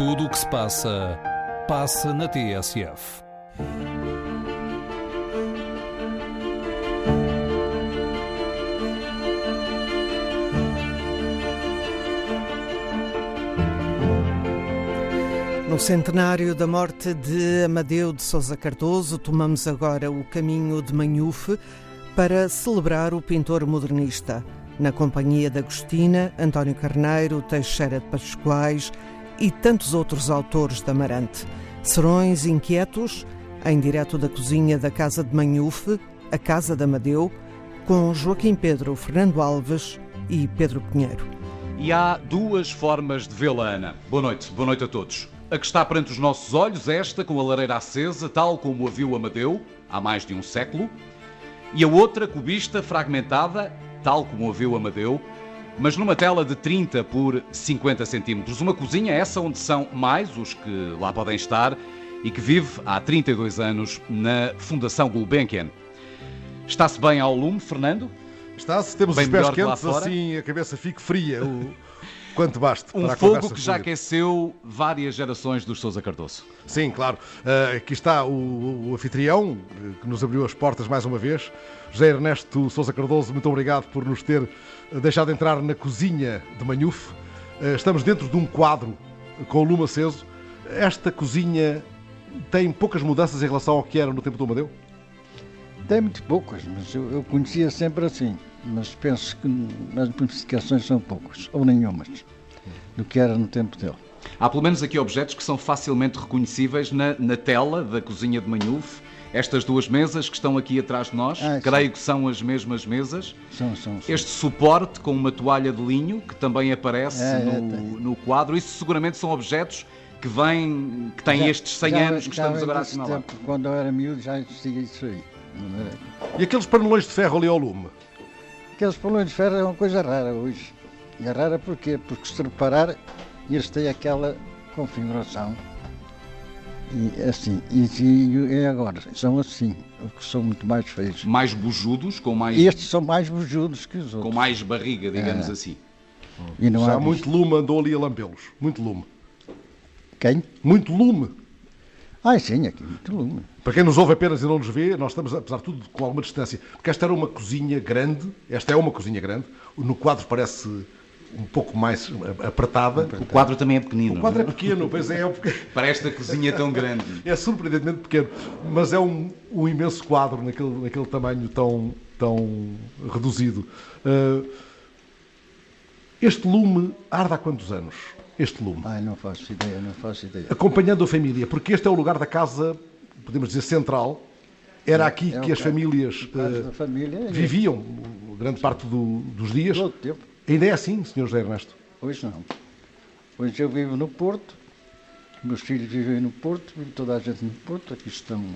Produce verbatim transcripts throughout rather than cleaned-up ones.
Tudo o que se passa, passa na T S F. No centenário da morte de Amadeu de Sousa Cardoso, tomamos agora o caminho de Manhufe para celebrar o pintor modernista, na companhia de Agostina, António Carneiro, Teixeira de Pascoais e tantos outros autores de Amarante. Serões inquietos, em direto da cozinha da Casa de Manhufe, a Casa de Amadeu, com Joaquim Pedro, Fernando Alves e Pedro Pinheiro. E há duas formas de vê-la, Ana. Boa noite, boa noite a todos. A que está perante os nossos olhos, esta com a lareira acesa, tal como a viu Amadeu, há mais de um século, e a outra cubista, fragmentada, tal como a viu Amadeu, mas numa tela de trinta por cinquenta centímetros. Uma cozinha essa onde são mais os que lá podem estar e que vive há trinta e dois anos na Fundação Gulbenkian. Está-se bem ao lume, Fernando? Está-se, temos bem os pés melhor que lá quentes, fora. assim a cabeça fique fria, o quanto baste Um para a fogo conversa que já fluir. aqueceu várias gerações dos Sousa Cardoso. Sim, claro. Uh, aqui está o, o anfitrião, que nos abriu as portas mais uma vez. José Ernesto Sousa Cardoso, muito obrigado por nos ter deixado entrar na cozinha de Manhufe. Uh, estamos dentro de um quadro com o lume aceso. Esta cozinha tem poucas mudanças em relação ao que era no tempo do Amadeu? Tem muito poucas, mas eu, eu conhecia sempre assim. Mas penso que as modificações são poucas, ou nenhumas, do que era no tempo dele. Há pelo menos aqui objetos que são facilmente reconhecíveis na, na tela da cozinha de Manhufe. Estas duas mesas que estão aqui atrás de nós, ah, creio sim. que são as mesmas mesas. São, são, são. Este suporte com uma toalha de linho, que também aparece é, no, é, no quadro. Isso seguramente são objetos que vêm, que têm já, estes cem já, anos que já estamos agora a desse assinalar. tempo, quando eu era miúdo já existia isso aí. E aqueles panelões de ferro ali ao lume? Aqueles panelões de ferro é uma coisa rara hoje. E é rara porquê? Porque se reparar, eles têm aquela configuração. E assim, e, e agora, são assim, que são muito mais feios. Mais bujudos, com mais, Estes são mais bujudos que os outros. com mais barriga, digamos É. assim. E não Já há muito lume andou ali a lampê-los. Muito lume. Quem? Muito lume. Ah, sim, aqui muito lume. Para quem nos ouve apenas e não nos vê, nós estamos, apesar de tudo, com alguma distância. Porque esta era uma cozinha grande, esta é uma cozinha grande, no quadro parece um pouco mais apertada. O quadro também é pequenino. O quadro é pequeno, pois é. Para esta cozinha tão grande. É surpreendentemente pequeno, mas é um, um imenso quadro naquele, naquele tamanho tão, tão reduzido. Uh, este lume arde há quantos anos? Este lume? Ai, não faço ideia, não faço ideia. Acompanhando a família, porque este é o lugar da casa, podemos dizer, central. Era aqui é que as caso, famílias uh, da família, viviam grande parte do, dos dias. Todo tempo. Ainda é assim, senhor José Ernesto? Hoje não. Hoje eu vivo no Porto, meus filhos vivem no Porto, vive toda a gente no Porto, aqui estão,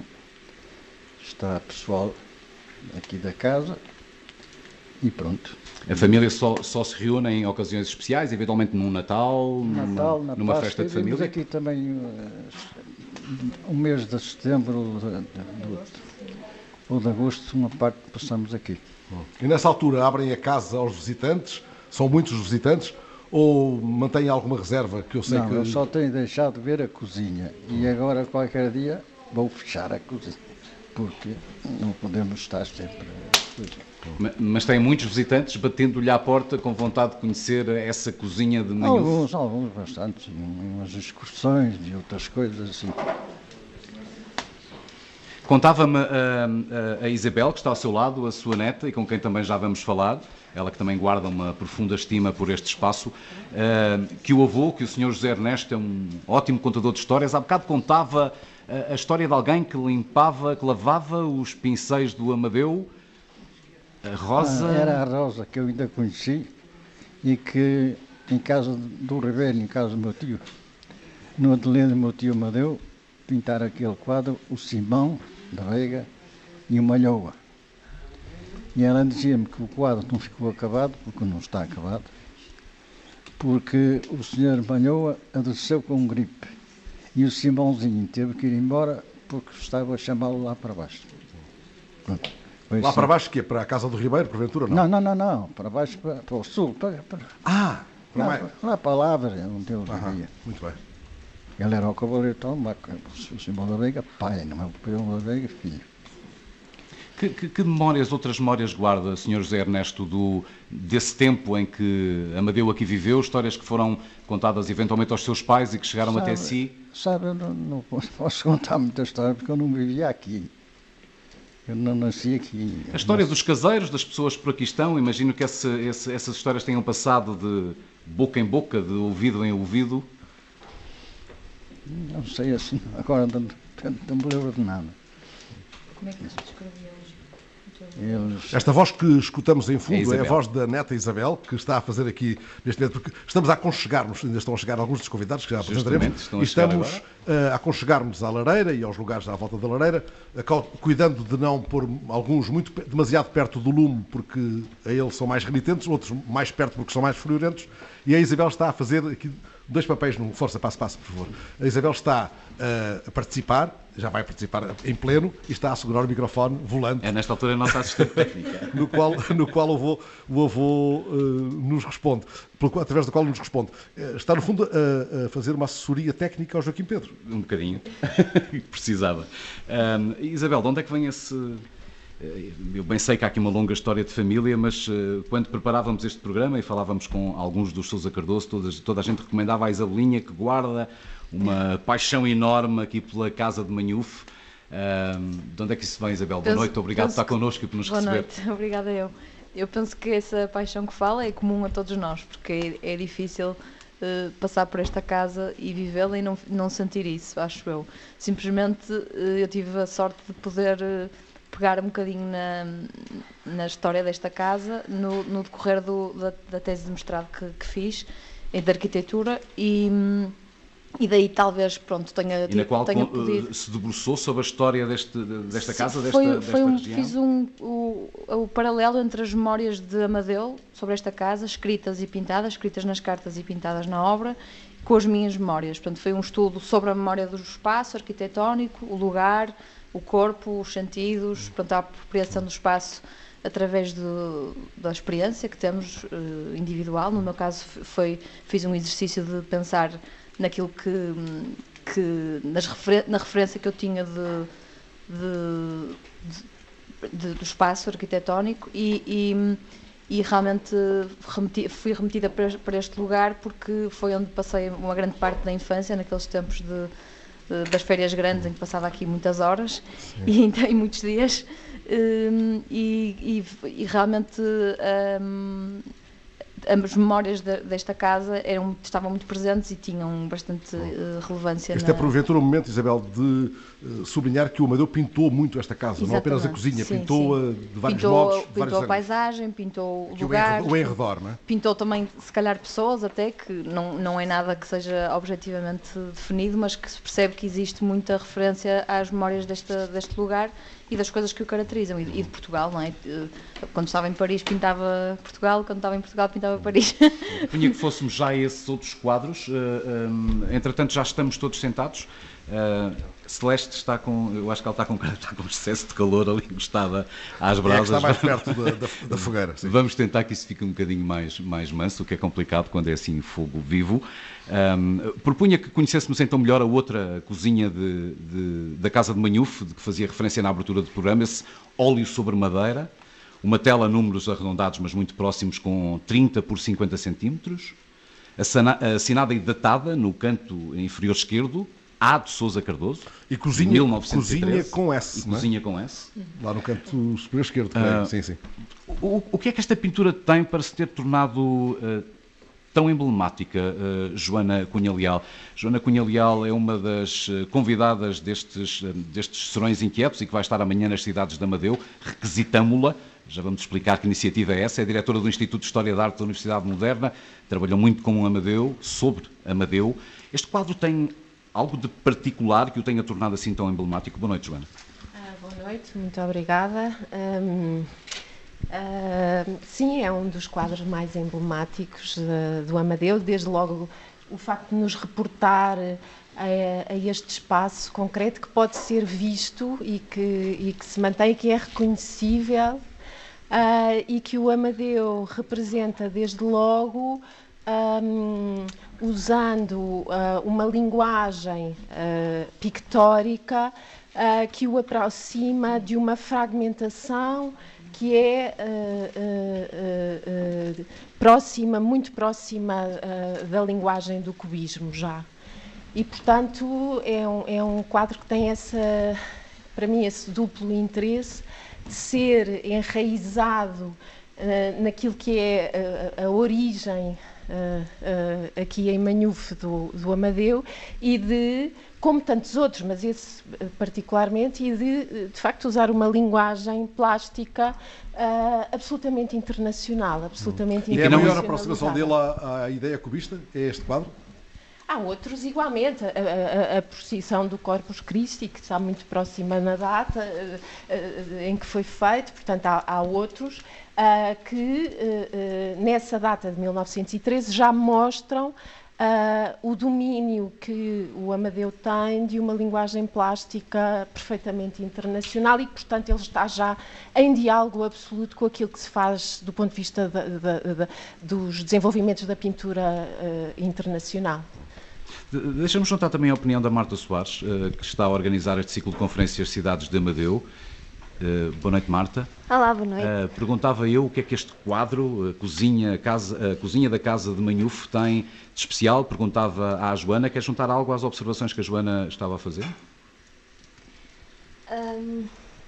está pessoal aqui da casa e pronto. A família só, só se reúne em ocasiões especiais, eventualmente num Natal, Natal, numa, na numa Páscoa, festa de vivemos família. aqui também uh, um mês de setembro de, de, de, ou de agosto, uma parte passamos aqui. E nessa altura abrem a casa aos visitantes? São muitos os visitantes? Ou mantêm alguma reserva? Que eu sei não, que... eu só tenho deixado de ver a cozinha e agora qualquer dia vou fechar a cozinha, porque não podemos estar sempre... Mas, mas tem muitos visitantes batendo-lhe à porta com vontade de conhecer essa cozinha de Manhufe? Alguns, alguns, bastantes, umas excursões e outras coisas assim. Contava-me a, a, a Isabel, que está ao seu lado, a sua neta, e com quem também já vamos falar, ela que também guarda uma profunda estima por este espaço, uh, que o avô, que o senhor José Ernesto é um ótimo contador de histórias. Há bocado contava a, a história de alguém que limpava, que lavava os pincéis do Amadeu. A Rosa... Ah, era a Rosa que eu ainda conheci e que em casa do Ribeiro, em casa do meu tio, no ateliê do meu tio Amadeu, pintar aquele quadro, o Simão da Veiga e o Malhoa. E ela dizia-me que o quadro não ficou acabado, porque não está acabado, porque o senhor Malhoa adoeceu com gripe e o Simãozinho teve que ir embora porque estava a chamá-lo lá para baixo. Pronto. Foi Lá assim. para baixo, que é para a Casa do Ribeiro, porventura, não? Não, não, não, não, para baixo, para, para o sul, para, para, Ah, para lá, mais... lá para Lavras, onde eu Aham, vivia. muito bem. Ele era o cavaleiro tal, o Simão da Veiga, pai, não é o Pedro da Veiga, filho. Que, que, que memórias, outras memórias guarda, senhor José Ernesto, do, desse tempo em que Amadeu aqui viveu, histórias que foram contadas eventualmente aos seus pais e que chegaram Sabe, até si? Sabe, eu não, não posso contar muita história porque eu não vivia aqui. Eu não nasci aqui. A história nasci... dos caseiros, das pessoas que por aqui estão, imagino que esse, esse, essas histórias tenham passado de boca em boca, de ouvido em ouvido. Não sei assim, agora não, não me lembro de nada. Como é que se descrevia hoje? Eles... Esta voz que escutamos em fundo é, é a voz da neta Isabel, que está a fazer aqui neste momento, porque estamos a aconchegar-nos, ainda estão a chegar alguns dos convidados que já apresentaremos, estão a e estamos agora. a aconchegar-nos à lareira e aos lugares à volta da lareira, cuidando de não pôr alguns muito, demasiado perto do lume, porque a ele são mais renitentes, outros mais perto porque são mais friorentos, e a Isabel está a fazer aqui dois papéis no Força Passo Passo, por favor. A Isabel está uh, a participar, já vai participar em pleno, e está a segurar o microfone volante. É nesta altura a nossa assistente técnica. no, qual, no qual o avô, o avô uh, nos responde, pelo, através do qual nos responde. Uh, está, no fundo, a, a fazer uma assessoria técnica ao Joaquim Pedro. Um bocadinho. Precisava. Um, Isabel, de onde é que vem esse... Eu bem sei que há aqui uma longa história de família, mas uh, quando preparávamos este programa e falávamos com alguns dos Sousa Cardoso, toda, toda a gente recomendava a Isabelinha, que guarda uma paixão enorme aqui pela casa de Manhufe. Uh, de onde é que isso vem, Isabel? Boa noite, obrigado por estar connosco e por nos Boa receber. Boa noite, obrigada eu. Eu penso que essa paixão que fala é comum a todos nós, porque é, é difícil uh, passar por esta casa e vivê-la e não, não sentir isso, acho eu. Simplesmente uh, eu tive a sorte de poder... Uh, pegar um bocadinho na, na história desta casa no, no decorrer do, da, da tese de mestrado que, que fiz de arquitetura e, e daí talvez pronto tenha, e na qual tenha com, podido... se debruçou sobre a história deste, desta Sim, casa, foi, desta, foi desta um, região? Fiz um, o, o paralelo entre as memórias de Amadeu sobre esta casa, escritas e pintadas, escritas nas cartas e pintadas na obra, com as minhas memórias. Portanto, foi um estudo sobre a memória do espaço arquitetónico, o lugar, o corpo, os sentidos, portanto, a apropriação do espaço através do, da experiência que temos uh, individual. No meu caso, foi, fiz um exercício de pensar naquilo que, que nas refer, na referência que eu tinha de, de, de, de, do espaço arquitetónico e, e, e realmente remeti, fui remetida para, para este lugar porque foi onde passei uma grande parte da infância, naqueles tempos de das férias grandes em que passava aqui muitas horas e, e muitos dias um, e, e, e realmente um, as memórias de, desta casa eram, estavam muito presentes e tinham bastante uh, relevância. Este na... é porventura um momento, Isabel, de uh, sublinhar que o Amadeu pintou muito esta casa. Exatamente. Não apenas a cozinha, pintou-a de vários pintou, modos. Pintou vários a paisagem, pintou o que lugar. O enredor, não é? Pintou também, se calhar, pessoas até, que não, não é nada que seja objetivamente definido, mas que se percebe que existe muita referência às memórias deste, deste lugar e das coisas que o caracterizam, e de, e de Portugal, não é? Quando estava em Paris pintava Portugal, quando estava em Portugal pintava Paris. Punha que fôssemos já a esses outros quadros, uh, um, entretanto já estamos todos sentados. Uh, Celeste está com, eu acho que ela está com, está com excesso de calor ali encostada às brasas. É que está mais perto da, da, da fogueira. Sim. Vamos tentar que isso fique um bocadinho mais, mais manso, o que é complicado quando é assim fogo vivo. Um, propunha que conhecêssemos então melhor a outra cozinha de, de, da Casa de Manhufe, de que fazia referência na abertura do programa, esse óleo sobre madeira, uma tela a números arredondados, mas muito próximos, com trinta por cinquenta centímetros, assinada e datada no canto inferior esquerdo, A de Sousa Cardoso, e cozinha, mil novecentos e treze, cozinha com S, e não é? cozinha com S. Lá no canto superior esquerdo, creio. Uh, sim, sim. O, o que é que esta pintura tem para se ter tornado uh, tão emblemática, uh, Joana Cunha Leal? Joana Cunha Leal é uma das uh, convidadas destes, uh, destes Serões Inquietos e que vai estar amanhã nas cidades de Amadeu. Requisitamo-la. Já vamos explicar que iniciativa é essa. É diretora do Instituto de História da Arte da Universidade Moderna. Trabalhou muito com o Amadeu, sobre Amadeu. Este quadro tem algo de particular que o tenha tornado assim tão emblemático? Boa noite, Joana. Ah, boa noite, muito obrigada. Um, uh, sim, é um dos quadros mais emblemáticos uh, do Amadeu, desde logo o facto de nos reportar a, a este espaço concreto que pode ser visto e que, e que se mantém, que é reconhecível uh, e que o Amadeu representa desde logo um, usando uh, uma linguagem uh, pictórica uh, que o aproxima de uma fragmentação que é uh, uh, uh, uh, próxima, muito próxima uh, da linguagem do cubismo já. E, portanto, é um, é um quadro que tem essa, para mim, esse duplo interesse de ser enraizado uh, naquilo que é a, a origem Uh, uh, aqui em Manhufe do, do Amadeu e de, como tantos outros, mas esse uh, particularmente, e de, de facto usar uma linguagem plástica uh, absolutamente internacional, absolutamente hum. internacionalizada. E a maior aproximação dele à, à ideia cubista é este quadro? Há outros igualmente, a, a, a procissão do Corpus Christi, que está muito próxima na data uh, uh, em que foi feito, portanto há, há outros uh, que uh, uh, nessa data de mil novecentos e treze já mostram uh, o domínio que o Amadeu tem de uma linguagem plástica perfeitamente internacional e que, portanto, ele está já em diálogo absoluto com aquilo que se faz do ponto de vista da, da, da, dos desenvolvimentos da pintura uh, internacional. Deixa-me juntar também a opinião da Marta Soares, que está a organizar este ciclo de conferências Cidades de Amadeu. Boa noite, Marta. Olá, boa noite. Perguntava eu o que é que este quadro, a cozinha, a casa, a cozinha da Casa de Manhufe, tem de especial. Perguntava à Joana. Quer juntar algo às observações que a Joana estava a fazer? Hum,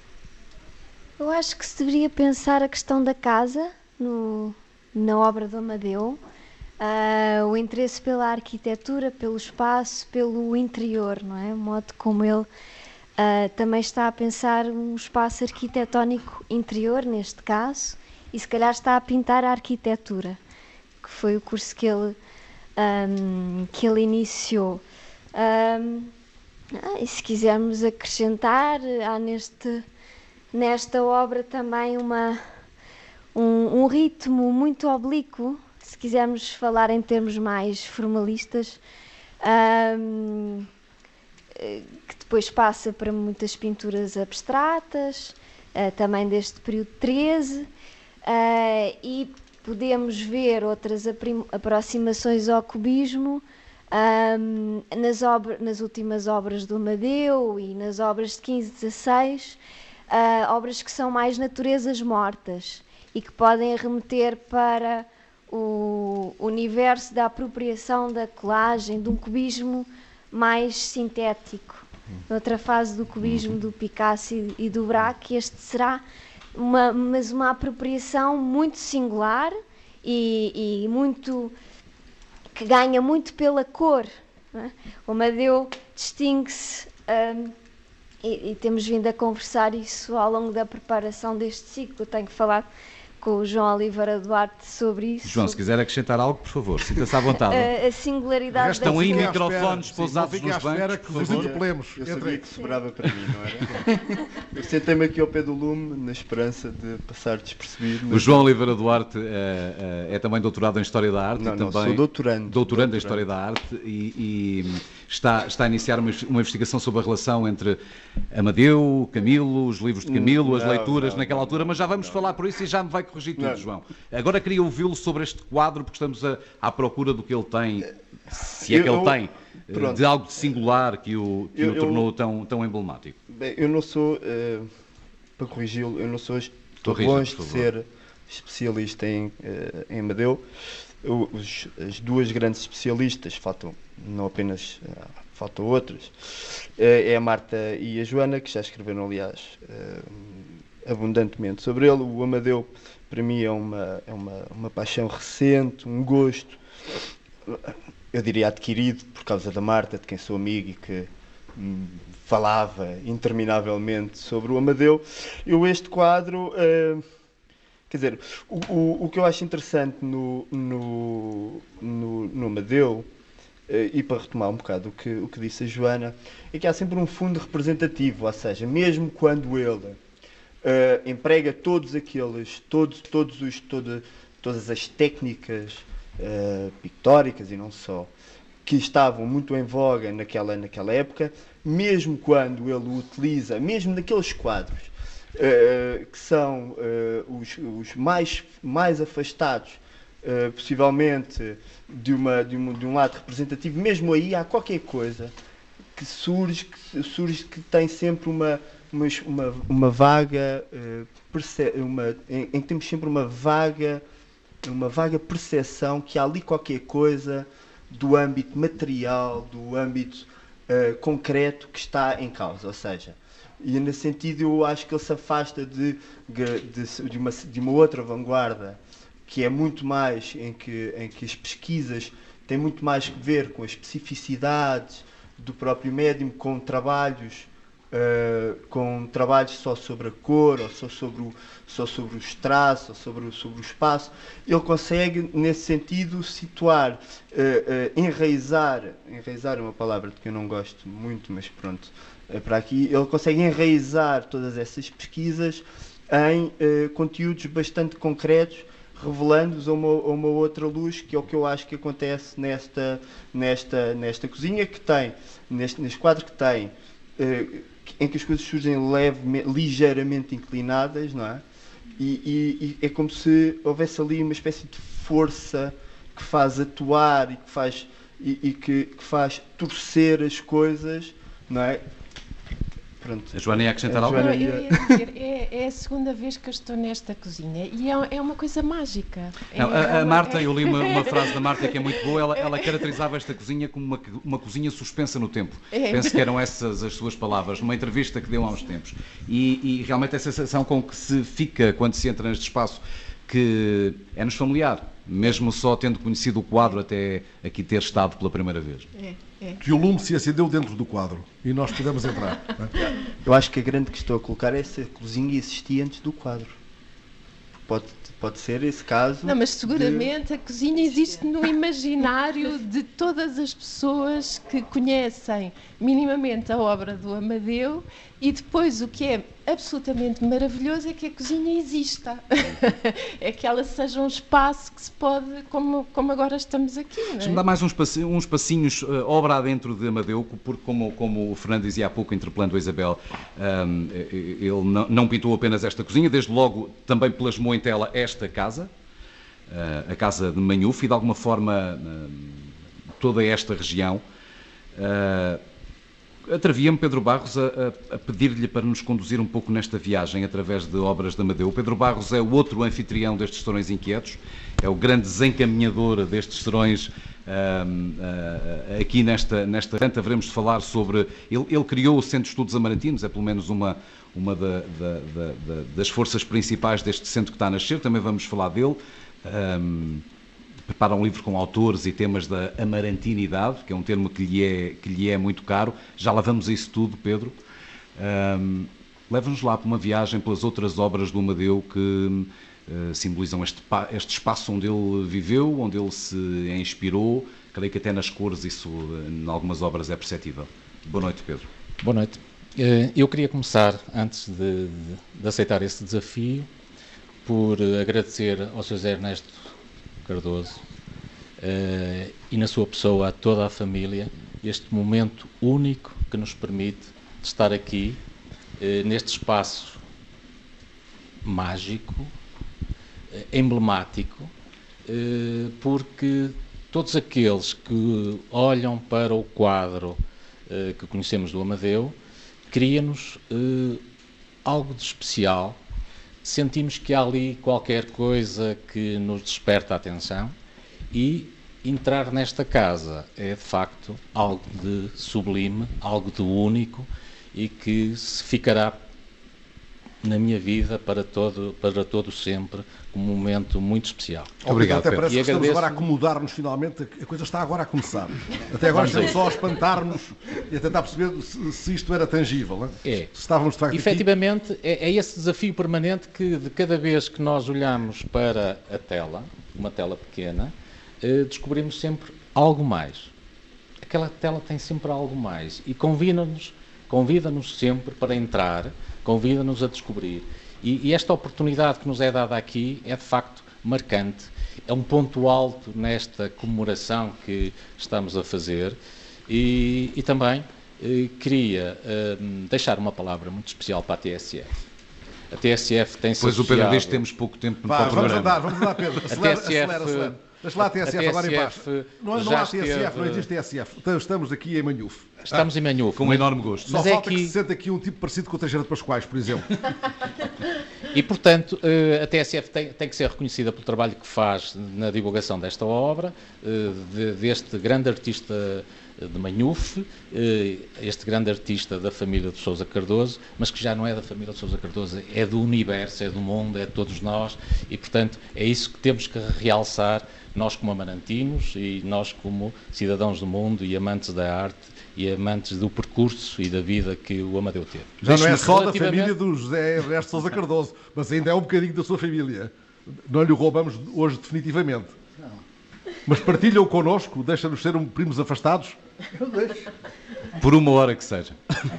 eu acho que se deveria pensar a questão da casa no, na obra do Amadeu. Uh, o interesse pela arquitetura, pelo espaço, pelo interior, não é? O modo como ele uh, também está a pensar um espaço arquitetónico interior, neste caso, e se calhar está a pintar a arquitetura, que foi o curso que ele, um, que ele iniciou. Um, ah, e se quisermos acrescentar, há neste, nesta obra também uma, um, um ritmo muito oblíquo. Se quisermos falar em termos mais formalistas, um, que depois passa para muitas pinturas abstratas, uh, também deste período treze, uh, e podemos ver outras aproximações ao cubismo um, nas, obra, nas últimas obras do Amadeu e nas obras de quinze, dezasseis, uh, obras que são mais naturezas mortas e que podem remeter para o universo da apropriação da colagem, de um cubismo mais sintético. Outra fase do cubismo do Picasso e do Braque, este será uma, mas uma apropriação muito singular e, e muito, que ganha muito pela cor. Não é? O Amadeu distingue-se, um, e, e temos vindo a conversar isso ao longo da preparação deste ciclo. Tenho que falar com o João Oliveira Duarte sobre isso. João, se quiser acrescentar algo, por favor, sinta-se à vontade. A, a singularidade estão da aí cor. microfones pousados nos bancos, que vos interpelemos. Eu sabia que sobrava para mim, não era? Eu sentei-me aqui ao pé do lume na esperança de passar despercebido. O João Oliveira Duarte é, é também doutorado em História da Arte. Não, e não, também sou doutorando. Doutorando em História da Arte e, e está, está a iniciar uma, uma investigação sobre a relação entre Amadeu, Camilo, os livros de Camilo, as não, leituras não, naquela não, altura, mas já vamos não, falar por isso e já me vai corrigir tudo, não. João. Agora queria ouvi-lo sobre este quadro, porque estamos a, à procura do que ele tem, se é eu, que ele eu, tem, pronto. de algo de singular que o, que eu, o tornou tão, tão emblemático. Bem, eu não sou, uh, para corrigi-lo, eu não sou, estou Corrija, longe de ser especialista em, uh, em Amadeu. Os, as duas grandes especialistas, faltam não apenas, uh, faltam outras, uh, é a Marta e a Joana, que já escreveram, aliás, uh, abundantemente sobre ele. O Amadeu, para mim, é uma, é uma, uma paixão recente, um gosto, eu diria adquirido por causa da Marta, de quem sou amigo e que hum, falava interminavelmente sobre o Amadeu. Eu este quadro, uh, quer dizer, o, o, o que eu acho interessante no, no, no, no Amadeu, uh, e para retomar um bocado o que, o que disse a Joana, é que há sempre um fundo representativo, ou seja, mesmo quando ele Uh, emprega todos aqueles, todos, todos os, toda, todas as técnicas uh, pictóricas e não só, que estavam muito em voga naquela, naquela época, mesmo quando ele utiliza, mesmo naqueles quadros uh, que são uh, os, os mais, mais afastados uh, possivelmente de, uma, de, um, de um lado representativo, mesmo aí há qualquer coisa que surge, que, surge, que tem sempre uma, uma, uma, uma vaga, uh, perce- uma, em, em que temos sempre uma vaga, uma vaga percepção que há ali qualquer coisa do âmbito material, do âmbito uh, concreto que está em causa, ou seja, e nesse sentido eu acho que ele se afasta de, de, de, uma, de uma outra vanguarda, que é muito mais, em que, em que as pesquisas têm muito mais a ver com as especificidades do próprio médium, com trabalhos, uh, com trabalhos só sobre a cor, ou só sobre, o, só sobre os traços, ou sobre, sobre o espaço. Ele consegue, nesse sentido, situar, uh, uh, enraizar, enraizar é uma palavra de que eu não gosto muito, mas pronto, é para aqui, ele consegue enraizar todas essas pesquisas em uh, conteúdos bastante concretos, revelando-os a uma, a uma outra luz, que é o que eu acho que acontece nesta, nesta, nesta cozinha, que tem, neste, neste quadro que tem, uh, em que as coisas surgem levemente, ligeiramente inclinadas, não é? E, e, e é como se houvesse ali uma espécie de força que faz atuar e que faz, e, e que, que faz torcer as coisas, não é? Pronto. A Joana ia acrescentar algo? Não, eu ia dizer, é, é a segunda vez que eu estou nesta cozinha e é, é uma coisa mágica. Não, é, a, a Marta, é... eu li uma, uma frase da Marta que é muito boa, ela, ela caracterizava esta cozinha como uma, uma cozinha suspensa no tempo. É. Penso que eram essas as suas palavras, numa entrevista que deu há uns tempos. E, e realmente a sensação com que se fica quando se entra neste espaço, que é-nos familiar, mesmo só tendo conhecido o quadro até aqui ter estado pela primeira vez. É, é. Que o lume se acendeu dentro do quadro e nós pudemos entrar. Eu acho que a grande questão a colocar é se a cozinha existia antes do quadro. Pode, pode ser esse caso. Não, mas seguramente de... a cozinha existe no imaginário de todas as pessoas que conhecem minimamente a obra do Amadeu, e depois o que é absolutamente maravilhoso é que a cozinha exista. É que ela seja um espaço que se pode, como, como agora estamos aqui. Não é? Deixa-me dar mais uns passinhos, uns passinhos uh, obra adentro de Amadeu, porque como, como o Fernando dizia há pouco, interpelando a Isabel, um, ele não, não pintou apenas esta cozinha, desde logo também plasmou em tela esta casa, uh, a casa de Manhufe, e de alguma forma uh, toda esta região. Uh, Atrevia-me, Pedro Barros, a, a, a pedir-lhe para nos conduzir um pouco nesta viagem através de obras de Amadeu. Pedro Barros é o outro anfitrião destes Serões Inquietos, é o grande desencaminhador destes serões um, uh, aqui nesta, nesta... Portanto, haveremos de falar sobre... Ele, ele criou o Centro de Estudos Amarantinos, é pelo menos uma, uma da, da, da, da, das forças principais deste centro que está a nascer, também vamos falar dele. Um, prepara um livro com autores e temas da amarantinidade, que é um termo que lhe é, que lhe é muito caro. Já lá vamos a isso tudo, Pedro. Um, leva-nos lá para uma viagem pelas outras obras do Amadeu que uh, simbolizam este, este espaço onde ele viveu, onde ele se inspirou. Creio que até nas cores isso, em algumas obras, é perceptível. Boa noite, Pedro. Boa noite. Eu queria começar, antes de, de, de aceitar esse desafio, por agradecer ao senhor José Ernesto Cardoso uh, e na sua pessoa a toda a família este momento único que nos permite estar aqui uh, neste espaço mágico, uh, emblemático, uh, porque todos aqueles que olham para o quadro uh, que conhecemos do Amadeu, cria-nos uh, algo de especial. Sentimos que há ali qualquer coisa que nos desperta a atenção, e entrar nesta casa é, de facto, algo de sublime, algo de único, e que se ficará na minha vida para todo, para todo sempre, um momento muito especial. Obrigado, Até Pedro. parece E que estamos agradeço... agora a acomodar-nos finalmente, a coisa está agora a começar. Até agora estamos só a espantar-nos e a tentar perceber se, se isto era tangível. Não é? É. Se estávamos de facto Efetivamente, aqui... é, é esse desafio permanente que, de cada vez que nós olhamos para a tela, uma tela pequena, eh, descobrimos sempre algo mais. Aquela tela tem sempre algo mais e convida-nos, convida-nos sempre para entrar, convida-nos a descobrir. E, e esta oportunidade que nos é dada aqui é, de facto, marcante. É um ponto alto nesta comemoração que estamos a fazer, e, e também eh, queria eh, deixar uma palavra muito especial para a T S F. A T S F tem-se Pois associado... o Pedro diz que temos pouco tempo Vá, para o vamos programa. andar, vamos andar, Pedro. Acelera, acelera, acelera. Deixa lá a T S F agora em paz. Não, não há T S F, não existe T S F. Estamos aqui em Manhufe. Estamos em Manhufe. Com um enorme gosto. Só Mas falta é que... que se sente aqui um tipo parecido com o Teixeira de Pascoais, por exemplo. E, portanto, a T S F tem, tem que ser reconhecida pelo trabalho que faz na divulgação desta obra, de, deste grande artista de Manhufe, este grande artista da família de Sousa Cardoso, mas que já não é da família de Sousa Cardoso, é do universo, é do mundo, é de todos nós, e, portanto, é isso que temos que realçar, nós como amarantinos e nós como cidadãos do mundo e amantes da arte e amantes do percurso e da vida que o Amadeu teve. Já não é só da família do José Ernesto de Sousa Cardoso, mas ainda é um bocadinho da sua família. Não lhe o roubamos hoje definitivamente. Não. Mas partilham connosco, deixa-nos ser um primos afastados? Eu deixo. Por uma hora que seja.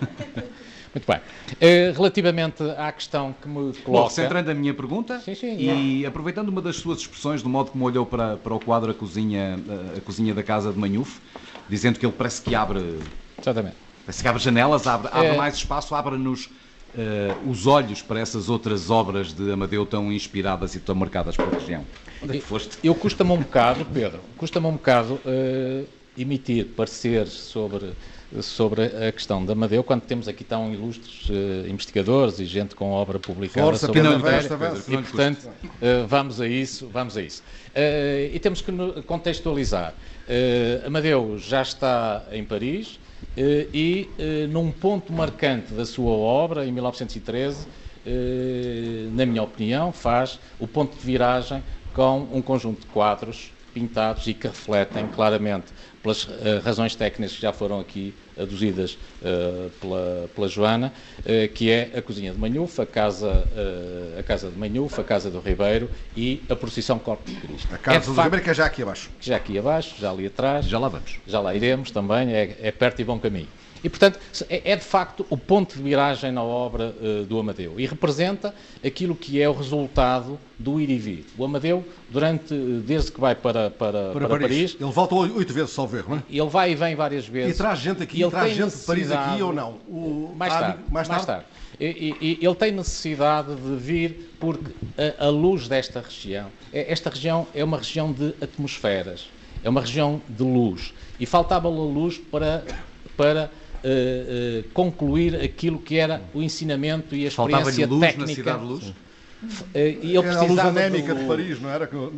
Muito bem. Uh, relativamente à questão que me coloca... Bom, centrando a minha pergunta, sim, sim, e aproveitando uma das suas expressões, do modo como olhou para, para o quadro a cozinha, a cozinha da casa de Manhufe, dizendo que ele parece que abre... Exatamente. Parece que abre janelas, abre, abre é... mais espaço, abre-nos uh, os olhos para essas outras obras de Amadeu tão inspiradas e tão marcadas pela região. Onde é que foste? Eu custa-me um bocado, Pedro, custa-me um bocado uh, emitir pareceres sobre... sobre a questão de Amadeu, quando temos aqui tão ilustres uh, investigadores e gente com obra publicada Força, sobre Pedro, a matéria, Pedro, Pedro, e portanto uh, vamos a isso, vamos a isso. Uh, e temos que contextualizar. Uh, Amadeu já está em Paris uh, e uh, num ponto marcante da sua obra, em mil novecentos e treze, uh, na minha opinião, faz o ponto de viragem com um conjunto de quadros pintados e que refletem claramente, pelas uh, razões técnicas que já foram aqui aduzidas uh, pela, pela Joana, uh, que é a cozinha de Manhufe, a casa, uh, a casa de Manhufe, a casa do Ribeiro e a procissão Corpo de Cristo. A casa é do facto, Ribeiro, que é já aqui abaixo. Já aqui abaixo, já ali atrás. Já lá vamos. Já lá iremos também, é, é perto e bom caminho. E, portanto, é, é de facto o ponto de viragem na obra uh, do Amadeu e representa aquilo que é o resultado do ir e vir. O Amadeu, durante, desde que vai para, para, para, para Paris. Paris... Ele volta oito vezes, só ver, não é? Ele vai e vem várias vezes. E traz gente aqui, ele traz gente de Paris aqui ou não? O... Mais, tarde, mais tarde. Mais tarde. E, e, e ele tem necessidade de vir porque a, a luz desta região... Esta região é uma região de atmosferas, é uma região de luz. E faltava-lhe a luz para... para Uh, uh, concluir aquilo que era o ensinamento e a experiência luz técnica. Na cidade de luz? Uh, e ele era a luz anémica do, de Paris, não era? Uh, uh,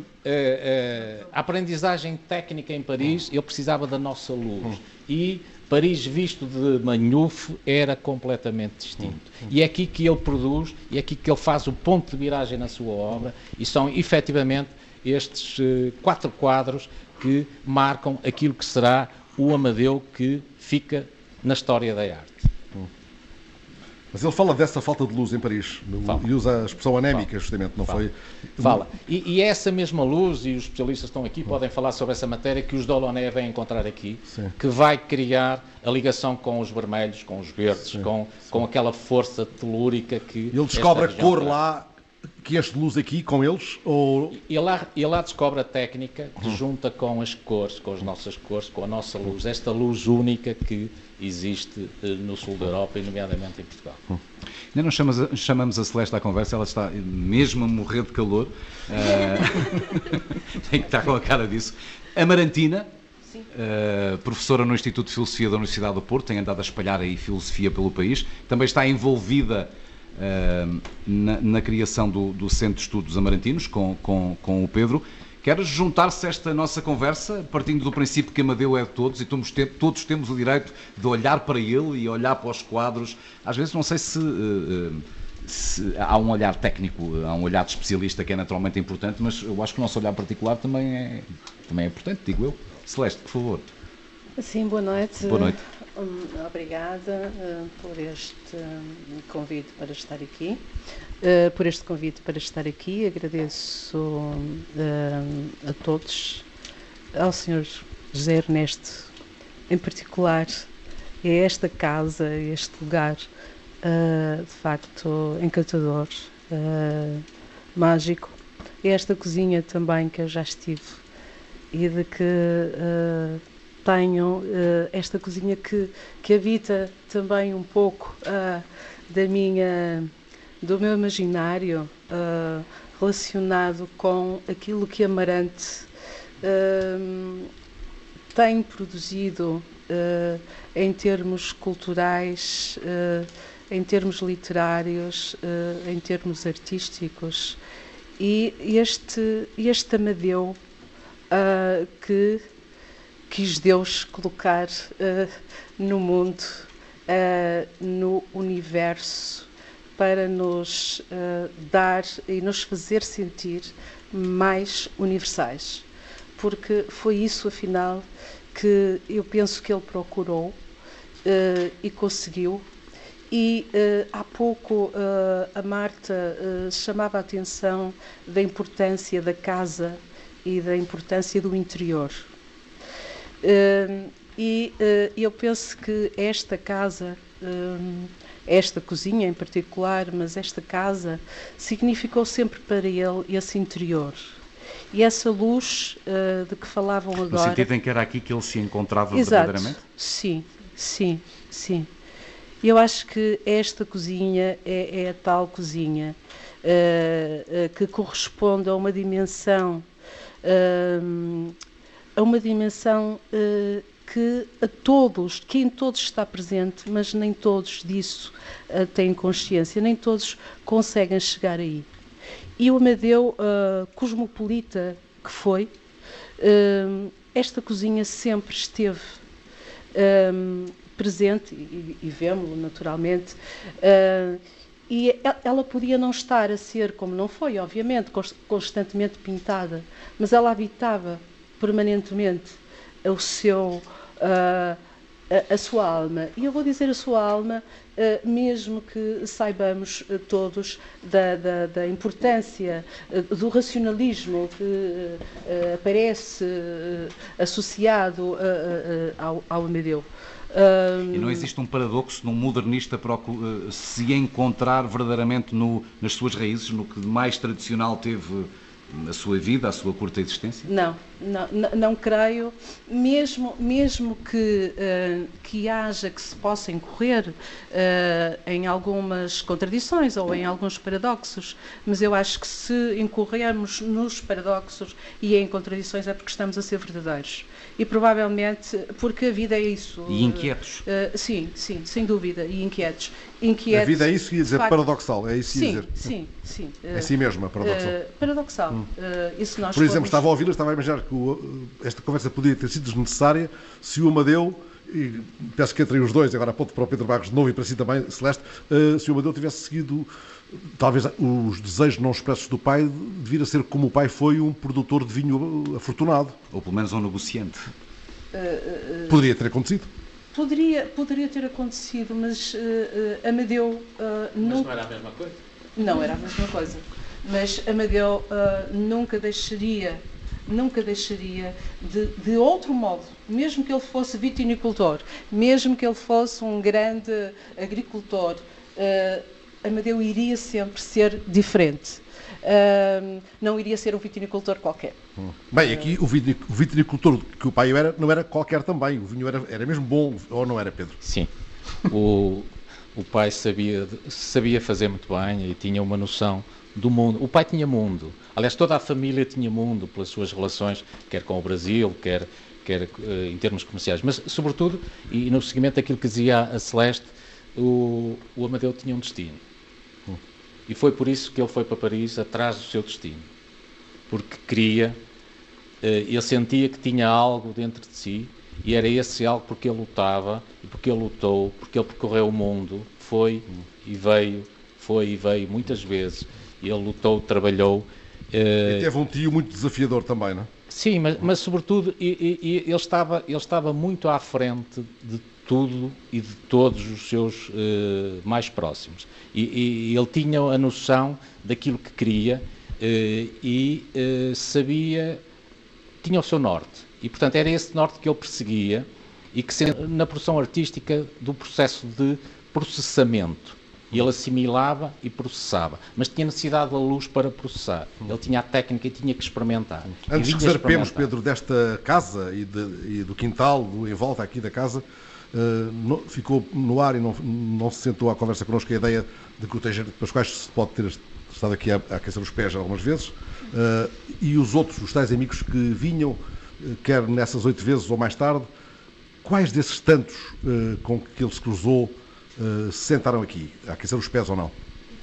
a aprendizagem técnica em Paris, ele precisava da nossa luz. E Paris, visto de Manhufe, era completamente distinto. E é aqui que ele produz, e é aqui que ele faz o ponto de viragem na sua obra, e são efetivamente estes uh, quatro quadros que marcam aquilo que será o Amadeu que fica na história da arte. Hum. Mas ele fala dessa falta de luz em Paris no, e usa a expressão anémica, fala. Justamente, não fala. foi? Fala. E, e essa mesma luz, e os especialistas estão aqui, hum. podem falar sobre essa matéria que os Delaunay vêm encontrar aqui, Sim. que vai criar a ligação com os vermelhos, com os verdes, Sim. Com, Sim. com aquela força telúrica que... Ele descobre a cor traz. Lá que este luz aqui com eles? Ou... E lá, e lá descobre a técnica que hum. junta com as cores, com as nossas cores, com a nossa luz, esta luz única que existe no sul da Europa e nomeadamente em Portugal. Hum. Ainda não chamamos, chamamos a Celeste à conversa, ela está mesmo a morrer de calor. Uh... Tem que estar com a cara disso. Amarantina, uh, professora no Instituto de Filosofia da Universidade do Porto, tem andado a espalhar aí filosofia pelo país, também está envolvida uh, na, na criação do, do Centro de Estudos Amarantinos com, com, com o Pedro. Queres juntar-se a esta nossa conversa, partindo do princípio que Amadeu é de todos e todos, todos temos o direito de olhar para ele e olhar para os quadros. Às vezes não sei se, se há um olhar técnico, há um olhar de especialista que é naturalmente importante, mas eu acho que o nosso olhar particular também é, também é importante, digo eu. Celeste, por favor. Sim, boa noite. Boa noite. Obrigada uh, por este um, convite para estar aqui. Uh, por este convite para estar aqui. Agradeço uh, a todos, ao senhor José Ernesto, em particular, a esta casa, a este lugar, uh, de facto, encantador, uh, mágico. E esta cozinha também, que eu já estive, e de que uh, tenho uh, esta cozinha que, que habita também um pouco uh, da minha... do meu imaginário uh, relacionado com aquilo que Amarante uh, tem produzido uh, em termos culturais, uh, em termos literários, uh, em termos artísticos. E este, este Amadeu uh, que quis Deus colocar uh, no mundo, uh, no universo, para nos uh, dar e nos fazer sentir mais universais. Porque foi isso, afinal, que eu penso que ele procurou uh, e conseguiu. E uh, há pouco uh, a Marta uh, chamava a atenção da importância da casa e da importância do interior. Uh, e uh, eu penso que esta casa, uh, esta cozinha em particular, mas esta casa, significou sempre para ele esse interior. E essa luz uh, de que falavam agora... No sentido em que era aqui que ele se encontrava Exato. Verdadeiramente? Sim, sim, sim. Eu acho que esta cozinha é, é a tal cozinha uh, uh, que corresponde a uma dimensão, uh, a uma dimensão uh, que a todos, que em todos está presente, mas nem todos disso uh, têm consciência, nem todos conseguem chegar aí. E o Amadeu, uh, cosmopolita que foi, uh, esta cozinha sempre esteve uh, presente, e, e vemos-lo naturalmente, uh, e ela podia não estar a ser, como não foi, obviamente, constantemente pintada, mas ela habitava permanentemente o seu, uh, a, a sua alma. E eu vou dizer a sua alma, uh, mesmo que saibamos uh, todos da, da, da importância uh, do racionalismo que uh, uh, aparece uh, associado uh, uh, ao, ao Amadeu. E não existe um paradoxo num modernista procura, se encontrar verdadeiramente no, nas suas raízes, no que mais tradicional teve a sua vida, a sua curta existência? Não, não, não, não creio, mesmo, mesmo que, uh, que haja, que se possa incorrer uh, em algumas contradições ou em alguns paradoxos, mas eu acho que se incorrermos nos paradoxos e em contradições é porque estamos a ser verdadeiros. E provavelmente porque a vida é isso. E inquietos. Uh, sim, sim, sem dúvida, e inquietos. inquietos a vida é isso que ia dizer, facto, paradoxal, é isso que ia sim, dizer. Sim, sim. Uh, é assim mesmo, paradoxal. Uh, paradoxal. Hum. Uh, isso nós Por exemplo, formos... estava a ouvir, estava a imaginar que o, esta conversa podia ter sido desnecessária se o Amadeu, e peço que entrem os dois, agora aponto para o Pedro Barros de novo e para si também, Celeste, uh, se o Amadeu tivesse seguido talvez os desejos não expressos do pai de vir a ser como o pai foi, um produtor de vinho afortunado. Ou pelo menos um negociante. Uh, uh, Poderia ter acontecido. Poderia, poderia ter acontecido, mas uh, uh, Amadeu... Uh, mas não... não era a mesma coisa? Não, era a mesma coisa. Mas Amadeu uh, nunca deixaria, nunca deixaria de, de outro modo, mesmo que ele fosse vitinicultor, mesmo que ele fosse um grande agricultor, uh, Amadeu iria sempre ser diferente. Uh, não iria ser um vitinicultor qualquer. Hum. Bem, aqui o vitinicultor que o pai era, não era qualquer também, o vinho era, era mesmo bom, ou não era, Pedro? Sim, o, o pai sabia, sabia fazer muito bem e tinha uma noção do mundo. O pai tinha mundo, aliás toda a família tinha mundo pelas suas relações, quer com o Brasil, quer, quer uh, em termos comerciais, mas sobretudo, e no seguimento daquilo que dizia a Celeste, o, o Amadeu tinha um destino. E foi por isso que ele foi para Paris atrás do seu destino. Porque queria, ele sentia que tinha algo dentro de si, e era esse algo porque ele lutava, e porque ele lutou, porque ele percorreu o mundo, foi e veio, foi e veio muitas vezes, e ele lutou, trabalhou. E teve um tio muito desafiador também, não é? Sim, mas, mas sobretudo e, e, e ele, estava, ele estava muito à frente de tudo e de todos os seus uh, mais próximos. E, e ele tinha a noção daquilo que queria uh, e uh, sabia, tinha o seu norte. E, portanto, era esse norte que ele perseguia e que, na produção artística, do processo de processamento. E ele assimilava e processava. Mas tinha necessidade da luz para processar. Ele tinha a técnica e tinha que experimentar. Antes que zarpemos, Pedro, desta casa e, de, e do quintal, do em volta aqui da casa, uh, no, ficou no ar e não, não se sentou à conversa connosco a ideia de que o T G, para os quais se pode ter estado aqui a, a aquecer os pés algumas vezes, uh, e os outros, os tais amigos que vinham, uh, quer nessas oito vezes ou mais tarde, quais desses tantos uh, com que ele se cruzou uh, se sentaram aqui, a aquecer os pés ou não?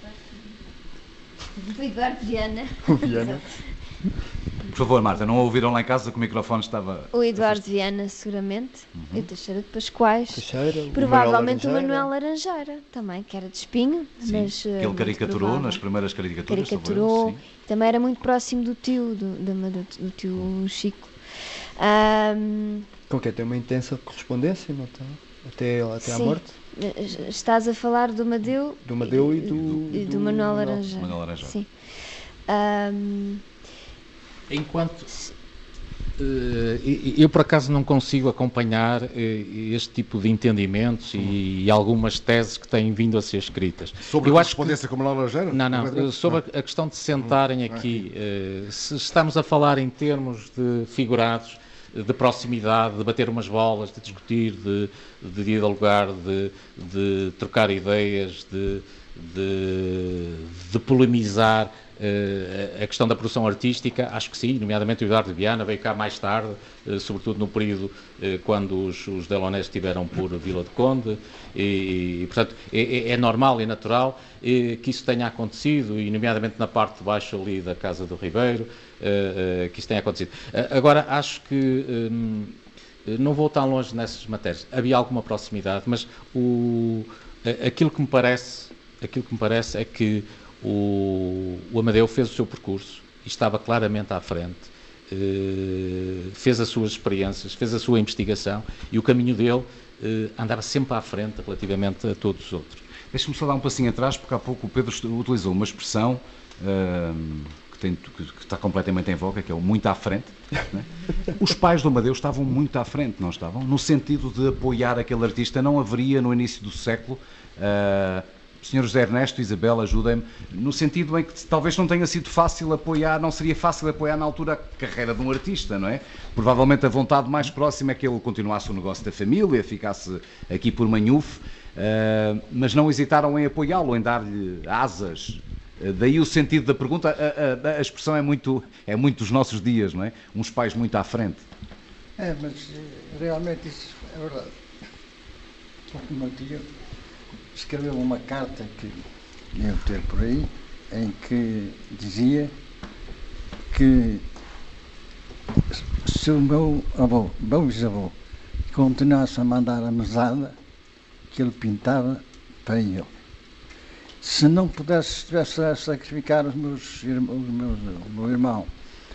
O Eduardo Viana. O Viana. Por favor, Marta, não ouviram lá em casa que o microfone estava... O Eduardo Viana, seguramente. Uhum. E o Teixeira de Pascoais. Teixeira, provavelmente o Manuel Laranjeira, também, que era de Espinho. Sim, mas, que ele caricaturou nas primeiras caricaturas. Caricaturou. Eu, também era muito próximo do tio, do, do, do tio Chico. Um, Com quem tem uma intensa correspondência, não está? Até, até à morte? Estás a falar do Madeu, do Madeu e do, e do, do Manuel Laranjeira. Manuel Laranjeira. Sim. Um, Enquanto uh, eu por acaso não consigo acompanhar uh, este tipo de entendimentos e, e algumas teses que têm vindo a ser escritas. Sobre eu a correspondência com Manuel Laranjeira? Não, não, uh, sobre não. A, a questão de se sentarem aqui, uh, se estamos a falar em termos de figurados, de proximidade, de bater umas bolas, de discutir, de, de dialogar, de, de trocar ideias, de, de, de polemizar uh, a questão da produção artística, acho que sim, nomeadamente o Eduardo Viana veio cá mais tarde, uh, sobretudo no período uh, quando os, os Delonés estiveram por Vila de Conde, e, e portanto é, é normal e natural uh, que isso tenha acontecido, e nomeadamente na parte de baixo ali da Casa do Ribeiro, Uh, uh, que isso tenha acontecido. Uh, agora, acho que um, não vou tão longe nessas matérias. Havia alguma proximidade, mas o, uh, aquilo que me parece, aquilo que me parece é que o, o Amadeu fez o seu percurso e estava claramente à frente, uh, fez as suas experiências, fez a sua investigação e o caminho dele uh, andava sempre à frente relativamente a todos os outros. Deixa-me só dar um passinho atrás, porque há pouco o Pedro utilizou uma expressão uh, Tem, que está completamente em voga, que é o muito à frente. Né? Os pais do Amadeu estavam muito à frente, não estavam? No sentido de apoiar aquele artista. Não haveria, no início do século, uh, senhor José Ernesto, Isabel, ajudem-me, no sentido em que talvez não tenha sido fácil apoiar, não seria fácil apoiar na altura a carreira de um artista, não é? Provavelmente a vontade mais próxima é que ele continuasse o negócio da família, ficasse aqui por Manhufe, uh, mas não hesitaram em apoiá-lo, em dar-lhe asas. Daí o sentido da pergunta, a, a, a expressão é muito, é muito dos nossos dias, não é? Uns pais muito à frente. É, mas realmente isso é verdade. O meu tio escreveu uma carta que devo ter por aí, em que dizia que se o meu avô, meu bisavô, continuasse a mandar a mesada, que ele pintava para ele. Se não pudesse, estivesse a sacrificar os meus, irmãos, os meus, o meu irmão,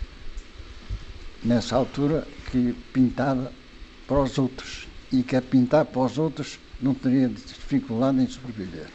nessa altura, que pintava para os outros, e que a pintar para os outros não teria dificuldade em sobreviver.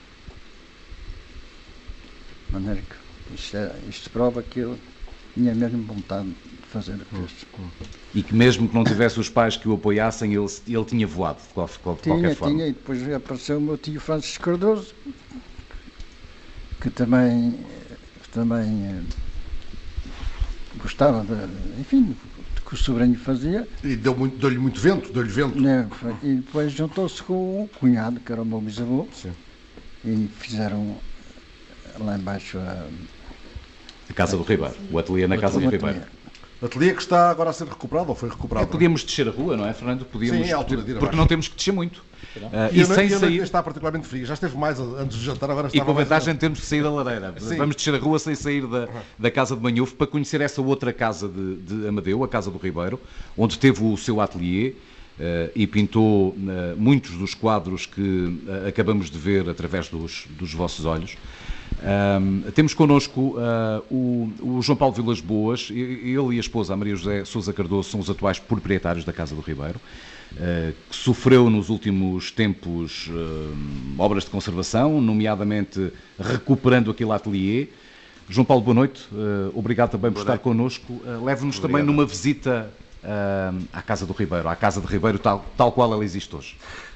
De maneira que isto, é, isto prova que ele tinha mesmo vontade de fazer o que fez. E que mesmo que não tivesse os pais que o apoiassem, ele, ele tinha voado, de qualquer, de tinha, qualquer forma. Tinha, e depois apareceu o meu tio Francisco Cardoso, que também, também eh, gostava, de, enfim, do que o sobrinho fazia. E deu muito, deu-lhe muito vento, deu-lhe vento. Né, e depois juntou-se com o cunhado, que era o meu bisavô, sim, e fizeram lá embaixo a... A Casa do Ribeiro, o ateliê na Casa do Ribeiro. Ateliê que está agora a ser recuperado, ou foi recuperado? É, podíamos descer a rua, não é, Fernando? Podíamos, sim, é a altura de ir porque abaixo. Não temos que descer muito. Uh, e e a sem noite sair... está particularmente frio. Já esteve mais antes de jantar, agora está. E com a vantagem de termos que sair da lareira. Sim. Vamos descer a rua sem sair da, da Casa de Manhufe para conhecer essa outra casa de, de Amadeu, a Casa do Ribeiro, onde teve o seu ateliê uh, e pintou uh, muitos dos quadros que uh, acabamos de ver através dos, dos vossos olhos. Um, temos connosco uh, o, o João Paulo Vilas Boas, ele e a esposa, a Maria José Sousa Cardoso, são os atuais proprietários da Casa do Ribeiro, uh, que sofreu nos últimos tempos uh, obras de conservação, nomeadamente recuperando aquele ateliê. João Paulo, boa noite, uh, obrigado também por estar connosco. Uh, leve-nos também numa visita uh, à Casa do Ribeiro, à Casa de Ribeiro tal, tal qual ela existe hoje.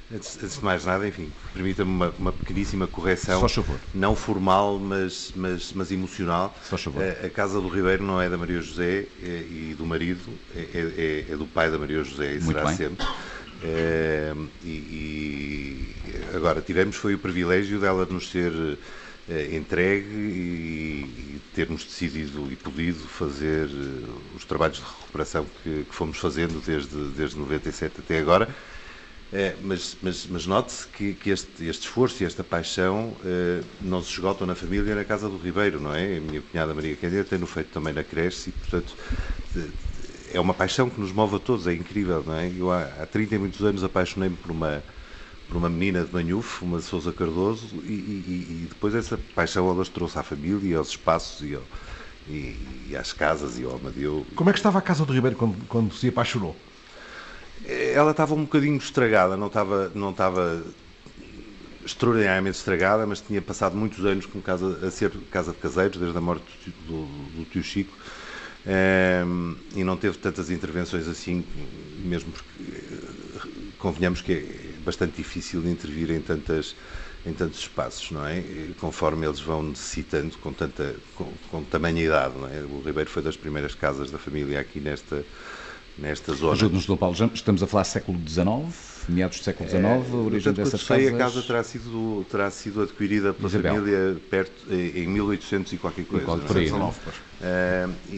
Antes, antes de mais nada, enfim, permita-me uma, uma pequeníssima correção, Só favor. não formal, mas, mas, mas emocional. Só favor. A, a Casa do Ribeiro não é da Maria José é, e do marido, é, é, é do pai da Maria José e Muito será bem. sempre. É, e, e agora, tivemos foi o privilégio dela nos ser é, entregue e, e termos decidido e podido fazer os trabalhos de recuperação que, que fomos fazendo desde, desde noventa e sete até agora. É, mas, mas, mas note-se que, que este, este esforço e esta paixão eh, não se esgotam na família e na Casa do Ribeiro, não é? A minha cunhada Maria Cândida tem-no feito também na creche e, portanto, de, é uma paixão que nos move a todos, é incrível, não é? Eu há, há trinta e muitos anos apaixonei-me por uma, por uma menina de Manhufe, uma Sousa Cardoso, e, e, e depois essa paixão ela trouxe à família, aos espaços e, ao, e, e às casas e ao Amadeu. Como é que estava a Casa do Ribeiro quando, quando se apaixonou? Ela estava um bocadinho estragada, não estava, não estava extraordinariamente estragada, mas tinha passado muitos anos com casa, a ser casa de caseiros, desde a morte do, do, do tio Chico, um, e não teve tantas intervenções assim, mesmo porque convenhamos que é bastante difícil de intervir em, tantas, em tantos espaços, não é? Conforme eles vão necessitando, com, tanta, com, com tamanha idade, não é? O Ribeiro foi das primeiras casas da família aqui nesta... nesta zona. Ajude-nos, doutor Paulo, estamos a falar século dezenove, meados do século dezenove, a origem portanto, dessas sei, casas... a casa terá sido, terá sido adquirida pela Isabel. família perto, em mil e oitocentos e qualquer coisa. Qual, por aí, não? Uh, e,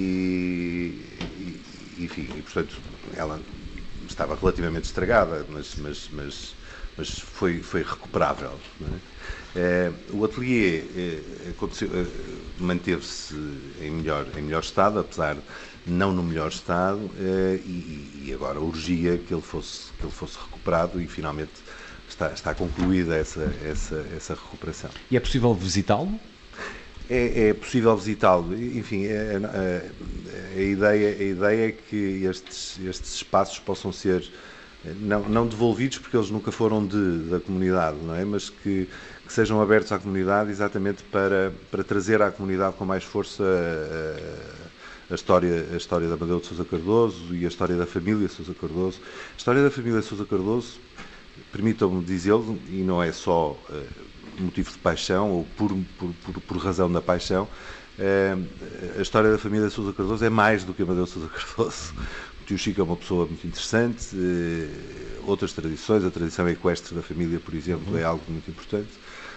e, e, enfim, e, portanto, ela estava relativamente estragada, mas, mas, mas, mas foi, foi recuperável. Não é? Uh, o ateliê uh, aconteceu, uh, manteve-se em melhor, em melhor estado, apesar de não no melhor estado, uh, e, e agora urgia que ele fosse, que ele fosse recuperado e finalmente está, está concluída essa, essa, essa recuperação. E é possível visitá-lo? É, é possível visitá-lo. Enfim, é, é, a, ideia, a ideia é que estes, estes espaços possam ser não, não devolvidos, porque eles nunca foram de, da comunidade, não é? Mas que, que sejam abertos à comunidade exatamente para, para trazer à comunidade com mais força a, a, história, a história da Amadeu de Sousa Cardoso e a história da família Sousa Cardoso. A história da família Sousa Cardoso, permitam-me dizê-lo, e não é só uh, motivo de paixão ou por, por, por, por razão da paixão, uh, a história da família Sousa Cardoso é mais do que Amadeu de Sousa Cardoso. O tio Chico é uma pessoa muito interessante, uh, outras tradições, a tradição equestre da família, por exemplo, uhum. é algo muito importante.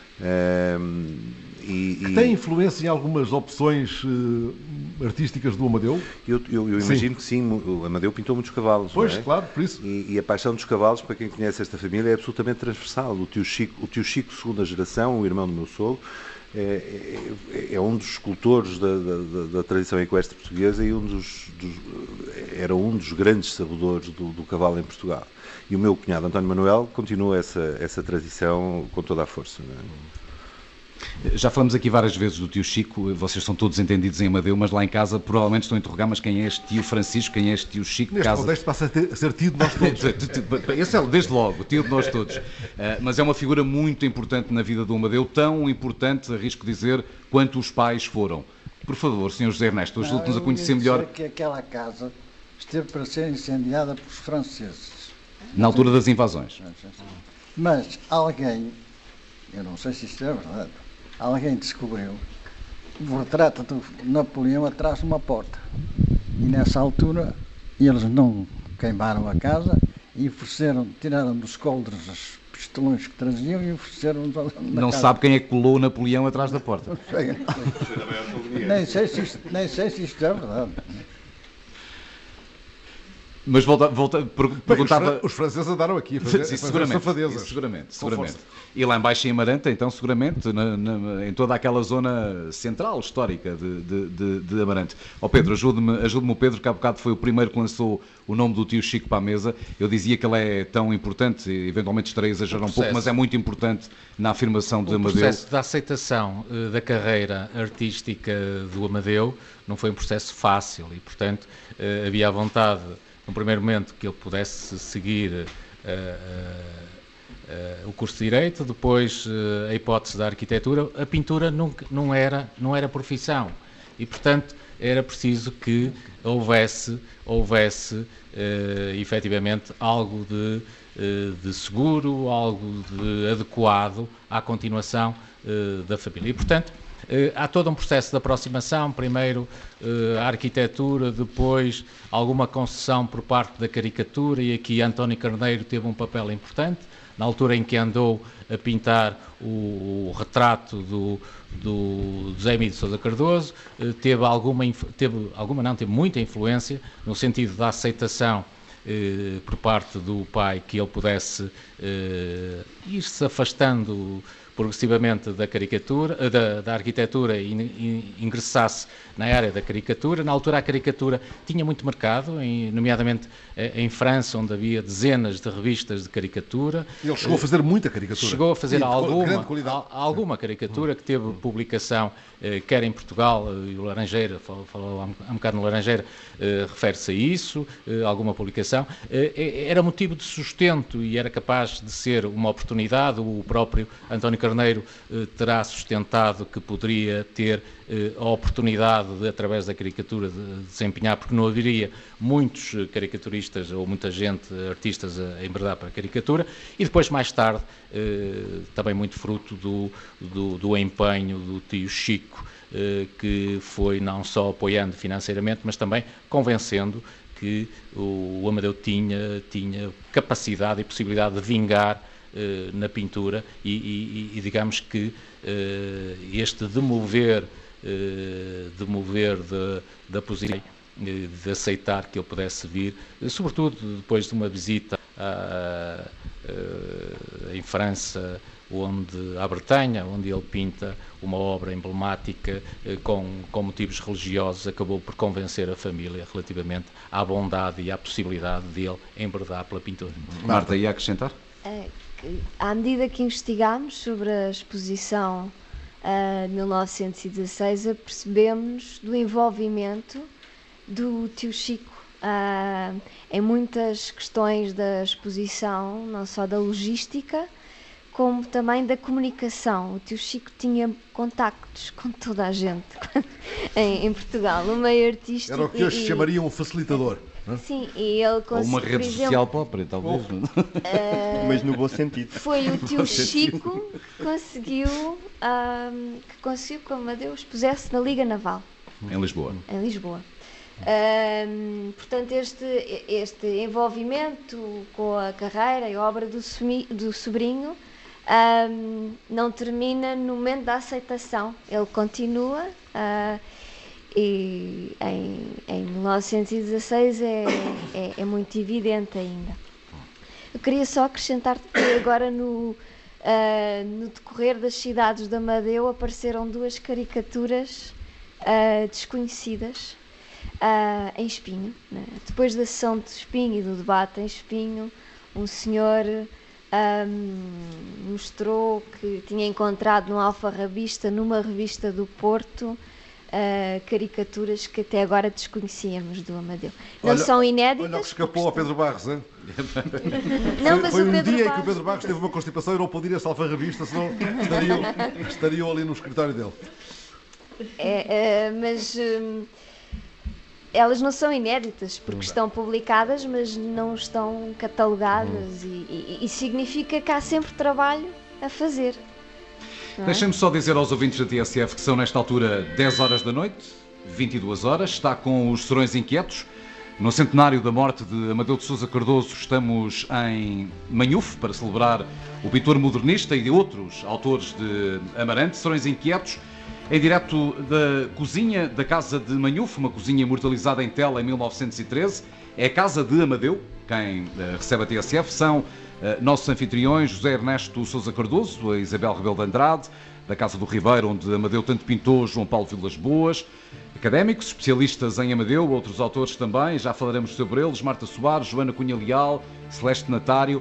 Uh, e, que tem influência em algumas opções uh, artísticas do Amadeu? Eu, eu, eu imagino que sim, o Amadeu pintou muitos cavalos. Pois, não é? Claro, por isso. E, e a paixão dos cavalos, para quem conhece esta família, é absolutamente transversal. O tio Chico, o tio Chico segunda geração, o irmão do meu sogro, é, é, é um dos escultores da, da, da tradição equestre portuguesa e um dos, dos, era um dos grandes sabedores do, do cavalo em Portugal. E o meu cunhado António Manuel continua essa, essa tradição com toda a força. Não é? Já falamos aqui várias vezes do tio Chico, vocês são todos entendidos em Amadeu, mas lá em casa provavelmente estão a interrogar, mas quem é este tio Francisco, quem é este tio Chico? Neste casa... contexto passa a, ter, a ser tio de nós todos. Esse é desde logo, tio de nós todos. Uh, mas é uma figura muito importante na vida do Amadeu, tão importante, arrisco dizer, quanto os pais foram. Por favor, senhor José Ernesto, ajude-nos a conhecer melhor... que aquela casa esteve para ser incendiada pelos franceses. Na altura das invasões. Mas alguém, eu não sei se isto é verdade, alguém descobriu o retrato do Napoleão atrás de uma porta. E nessa altura eles não queimaram a casa e ofereceram, tiraram dos coldres os pistolões que traziam e ofereceram na Não casa. sabe quem é que colou o Napoleão atrás da porta. nem, sei se isto, nem sei se isto é verdade. Mas volta, volta, perguntava... Bem, os franceses andaram aqui a fazer, Sim, a fazer seguramente, safadezas. seguramente, seguramente. E lá embaixo em Amaranta, então, seguramente, na, na, em toda aquela zona central, histórica de, de, de, de Amarante. Ó oh, Pedro, ajude-me ajude-me o Pedro, que há bocado foi o primeiro que lançou o nome do tio Chico para a mesa. Eu dizia que ele é tão importante, eventualmente estarei a exagerar um pouco, mas é muito importante na afirmação de Amadeu. O processo da aceitação uh, da carreira artística do Amadeu não foi um processo fácil e, portanto, uh, havia a vontade... no primeiro momento que ele pudesse seguir uh, uh, uh, o curso de Direito, depois uh, a hipótese da arquitetura. A pintura nunca, não, era, não era profissão e, portanto, era preciso que houvesse, houvesse uh, efetivamente algo de, uh, de seguro, algo de adequado à continuação uh, da família. E, portanto, uh, há todo um processo de aproximação, primeiro uh, a arquitetura, depois alguma concessão por parte da caricatura, e aqui António Carneiro teve um papel importante, na altura em que andou a pintar o, o retrato do, do José Emílio de Sousa Cardoso, teve alguma, teve alguma, não, teve muita influência no sentido da aceitação eh, por parte do pai que ele pudesse eh, ir-se afastando progressivamente da caricatura, da, da arquitetura e, e ingressasse na área da caricatura. Na altura a caricatura tinha muito mercado, em, nomeadamente em França, onde havia dezenas de revistas de caricatura. Ele chegou a fazer muita caricatura. Chegou a fazer Sim, alguma, alguma caricatura que teve publicação, eh, quer em Portugal, e o Laranjeira, falou, falou há um bocado no Laranjeira, eh, refere-se a isso, eh, alguma publicação. Eh, era motivo de sustento e era capaz de ser uma oportunidade. O próprio António Carneiro eh, terá sustentado que poderia ter eh, a oportunidade de, através da caricatura, de desempenhar, porque não haveria muitos caricaturistas ou muita gente, artistas, a enverdar para a caricatura, e depois, mais tarde, eh, também muito fruto do, do, do empenho do tio Chico, eh, que foi não só apoiando financeiramente, mas também convencendo que o, o Amadeu tinha, tinha capacidade e possibilidade de vingar eh, na pintura, e, e, e digamos que eh, este demover, eh, demover de, da posição, de aceitar que ele pudesse vir, sobretudo depois de uma visita a, a, em França, onde, à Bretanha, onde ele pinta uma obra emblemática com, com motivos religiosos, acabou por convencer a família relativamente à bondade e à possibilidade dele enverdar pela pintura. Marta, ia acrescentar? É, à medida que investigámos sobre a exposição uh, de mil novecentos e dezasseis, percebemos do envolvimento do tio Chico uh, em muitas questões da exposição, não só da logística, como também da comunicação. O tio Chico tinha contactos com toda a gente em, em Portugal, no meio artístico. Era o que hoje e, chamariam um facilitador. É? Sim, e ele conseguiu. Ou uma rede exemplo, social própria, talvez. Uh, Mas no bom sentido. Foi o tio Chico que conseguiu, um, que conseguiu que o Amadeu expusesse na Liga Naval. Em Lisboa. Em Lisboa. Um, portanto, este, este envolvimento com a carreira e a obra do, sumi, do sobrinho um, não termina no momento da aceitação. Ele continua uh, e em, em mil novecentos e dezasseis é, é, é muito evidente ainda. Eu queria só acrescentar que agora no, uh, no decorrer das cidades de Amadeu apareceram duas caricaturas uh, desconhecidas. Uh, em Espinho, né? Depois da sessão de Espinho e do debate em Espinho, um senhor um, mostrou que tinha encontrado no alfarrabista, numa revista do Porto, uh, caricaturas que até agora desconhecíamos do Amadeu. Não olha, são inéditas. Olha o que escapou ao Pedro Barros, hein? Não, foi mas foi o um Pedro dia Barros... em que o Pedro Barros teve uma constipação e não pôde ir a essa alfarrabista, senão estariam, estariam ali no escritório dele. É, é, mas... Um, elas não são inéditas, porque estão publicadas, mas não estão catalogadas, hum. e, e, e significa que há sempre trabalho a fazer. É? Deixem-me só dizer aos ouvintes da T S F que são nesta altura dez horas da noite, vinte e duas horas, está com os Serões Inquietos. No centenário da morte de Amadeu de Sousa Cardoso estamos em Manhufe para celebrar o pintor modernista e de outros autores de Amarante. Serões Inquietos, em direto da cozinha da casa de Manhufe, uma cozinha imortalizada em tela em mil novecentos e treze. É a casa de Amadeu, quem uh, recebe a T S F. São uh, nossos anfitriões José Ernesto Sousa Cardoso, a Isabel Rebelo de Andrade, da Casa do Ribeiro, onde Amadeu tanto pintou, João Paulo Vilas Boas, académicos, especialistas em Amadeu, outros autores também, já falaremos sobre eles, Marta Soares, Joana Cunha Leal, Celeste Natário,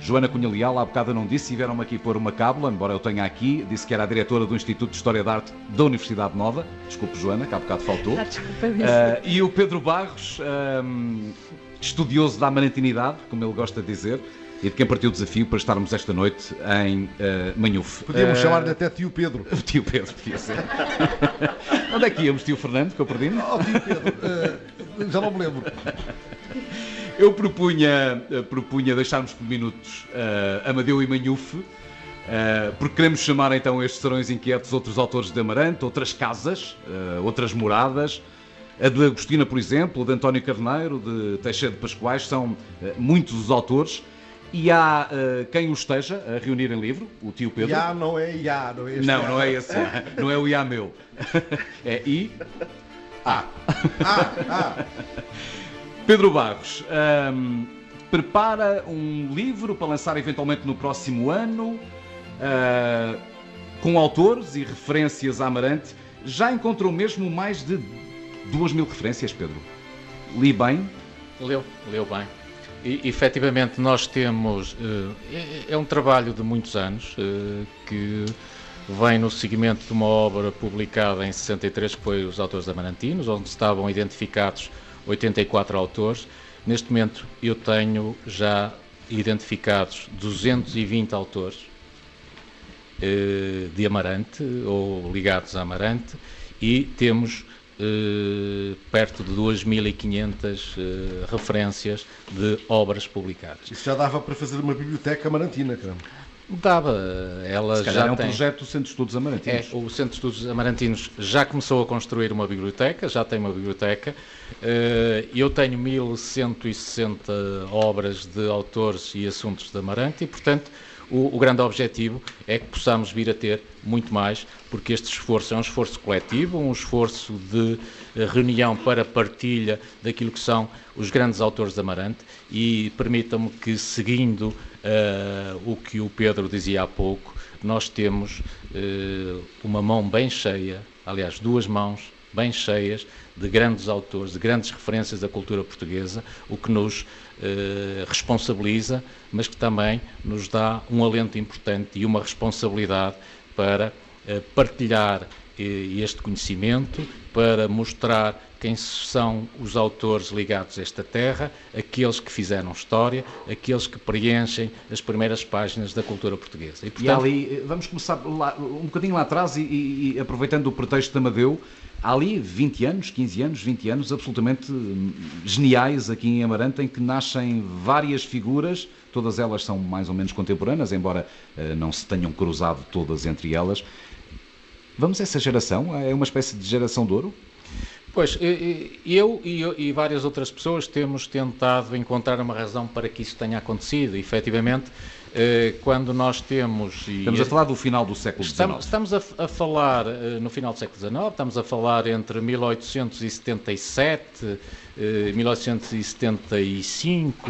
Joana Cunha Leal, há bocado não disse, e vieram-me aqui pôr uma cábula, embora eu tenha aqui, disse que era a diretora do Instituto de História da Arte da Universidade Nova. Desculpe, Joana, que há bocado faltou. Ah, desculpa, uh, e o Pedro Barros, um, estudioso da amarantinidade, como ele gosta de dizer, e de quem partiu o desafio para estarmos esta noite em uh, Manhufe. Podíamos uh, chamar-lhe até Tio Pedro. Tio Pedro, podia ser. Onde é que íamos, Tio Fernando, que eu perdi-me? Oh, Tio Pedro, uh, já não me lembro. Eu propunha, propunha deixarmos por minutos uh, Amadeu e Manhufe, uh, porque queremos chamar então estes Serões Inquietos outros autores de Amarante, outras casas, uh, outras moradas. A de Agostina, por exemplo, a de António Carneiro, de Teixeira de Pascoais, são uh, muitos os autores. E há uh, quem o esteja a reunir em livro, o Tio Pedro. Ya não é Ya, não é este Não, ya. não é esse, não é o Ya meu. É I. A. Ah, ah. Pedro Barros, um, prepara um livro para lançar eventualmente no próximo ano, uh, com autores e referências a Amarante. Já encontrou mesmo mais de duas mil referências, Pedro? Li bem? Leu, leu bem. E, efetivamente, nós temos... Uh, é, é um trabalho de muitos anos, uh, que vem no seguimento de uma obra publicada em sessenta e três, que foi Os Autores Amarantinos, onde estavam identificados oitenta e quatro autores. Neste momento eu tenho já identificados duzentos e vinte autores eh, de Amarante ou ligados a Amarante, e temos eh, perto de duas mil e quinhentas eh, referências de obras publicadas. Isso já dava para fazer uma biblioteca amarantina, caramba. Dava, ela Se calhar já é um tem... projeto do Centro de Estudos Amarantinos. É, o Centro de Estudos Amarantinos já começou a construir uma biblioteca, já tem uma biblioteca. Eu tenho mil cento e sessenta obras de autores e assuntos de Amarante e, portanto, o, o grande objetivo é que possamos vir a ter muito mais, porque este esforço é um esforço coletivo, um esforço de reunião para partilha daquilo que são os grandes autores de Amarante, e permitam-me que, seguindo Uh, o que o Pedro dizia há pouco, nós temos uh, uma mão bem cheia, aliás, duas mãos bem cheias de grandes autores, de grandes referências da cultura portuguesa, o que nos uh, responsabiliza, mas que também nos dá um alento importante e uma responsabilidade para uh, partilhar uh, este conhecimento, para mostrar quem são os autores ligados a esta terra, aqueles que fizeram história, aqueles que preenchem as primeiras páginas da cultura portuguesa. E, portanto... e ali, vamos começar lá, um bocadinho lá atrás e, e, e aproveitando o pretexto de Amadeu, há ali vinte anos, quinze anos, vinte anos absolutamente geniais aqui em Amarante, em que nascem várias figuras, todas elas são mais ou menos contemporâneas, embora uh, não se tenham cruzado todas entre elas. Vamos a essa geração? É uma espécie de geração de ouro? Pois, eu e, e várias outras pessoas temos tentado encontrar uma razão para que isso tenha acontecido. E, efetivamente, quando nós temos... Estamos a falar do final do século dezenove. Estamos, estamos a, a falar no final do século dezenove, estamos a falar entre mil oitocentos e setenta e sete e mil oitocentos e setenta e cinco,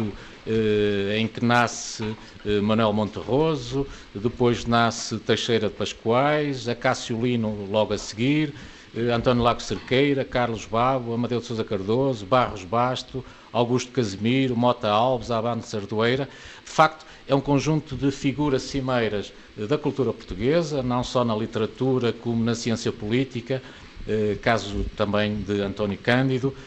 em que nasce Manuel Monterroso, depois nasce Teixeira de Pascoais, Acácio Lino logo a seguir, António Lago Cerqueira, Carlos Babo, Amadeu de Sousa Cardoso, Barros Basto, Augusto Casimiro, Mota Alves, Abano de Sardoeira. De facto, é um conjunto de figuras cimeiras da cultura portuguesa, não só na literatura como na ciência política, caso também de António Cândido,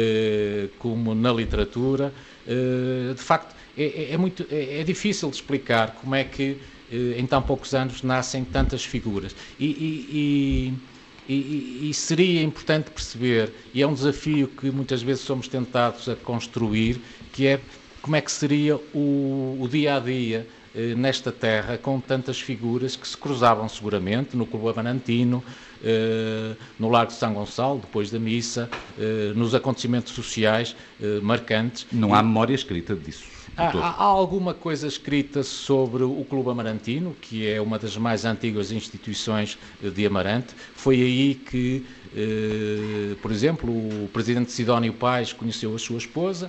como na literatura. De facto, é, é, muito, é, é difícil de explicar como é que em tão poucos anos nascem tantas figuras. E... e, e E, e seria importante perceber, e é um desafio que muitas vezes somos tentados a construir, que é como é que seria o, o dia-a-dia eh, nesta terra com tantas figuras que se cruzavam seguramente no Clube Amarantino, eh, no Largo de São Gonçalo, depois da missa, eh, nos acontecimentos sociais eh, marcantes. Não há memória escrita disso. Há, há alguma coisa escrita sobre o Clube Amarantino, que é uma das mais antigas instituições de Amarante. Foi aí que, eh, por exemplo, o presidente Sidónio Pais conheceu a sua esposa,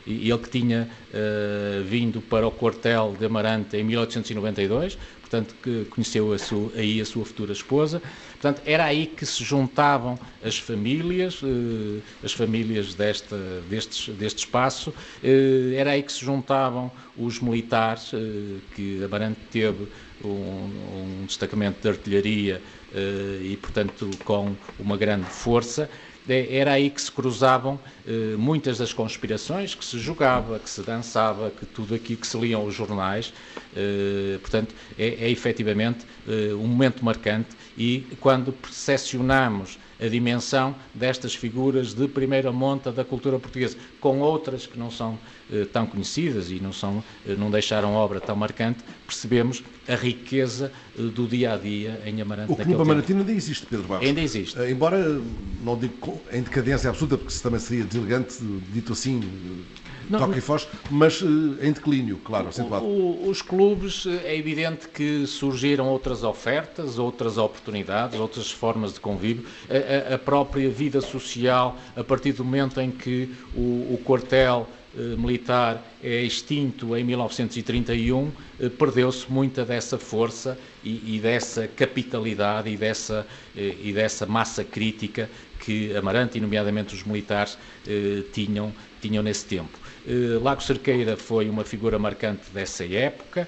e ele que tinha uh, vindo para o quartel de Amarante em mil oitocentos e noventa e dois, portanto, que conheceu a sua, aí a sua futura esposa. Portanto, era aí que se juntavam as famílias, uh, as famílias desta, destes, deste espaço, uh, era aí que se juntavam os militares, uh, que Amarante teve um, um destacamento de artilharia uh, e, portanto, com uma grande força. Era aí que se cruzavam eh, muitas das conspirações, que se jogava, que se dançava, que tudo aquilo que se liam os jornais. Eh, portanto, é, é efetivamente eh, um momento marcante, e quando percepcionamos a dimensão destas figuras de primeira monta da cultura portuguesa, com outras que não são eh, tão conhecidas e não, são, eh, não deixaram obra tão marcante, percebemos a riqueza eh, do dia-a-dia em Amarante. O Clube Amarantino ainda existe, Pedro Barros. Ainda existe. Uh, embora, não digo em decadência absoluta, porque isso também seria deselegante, dito assim, não, toque e foz, mas uh, em declínio, claro, acentuado. O, o, os clubes, é evidente que surgiram outras ofertas, outras oportunidades, outras formas de convívio. A, a, a própria vida social, a partir do momento em que o, o quartel eh, militar é extinto em mil novecentos e trinta e um, eh, perdeu-se muita dessa força e, e dessa capitalidade e dessa, eh, e dessa massa crítica que Amarante, e nomeadamente os militares, eh, tinham, tinham nesse tempo. Eh, Lago Cerqueira foi uma figura marcante dessa época,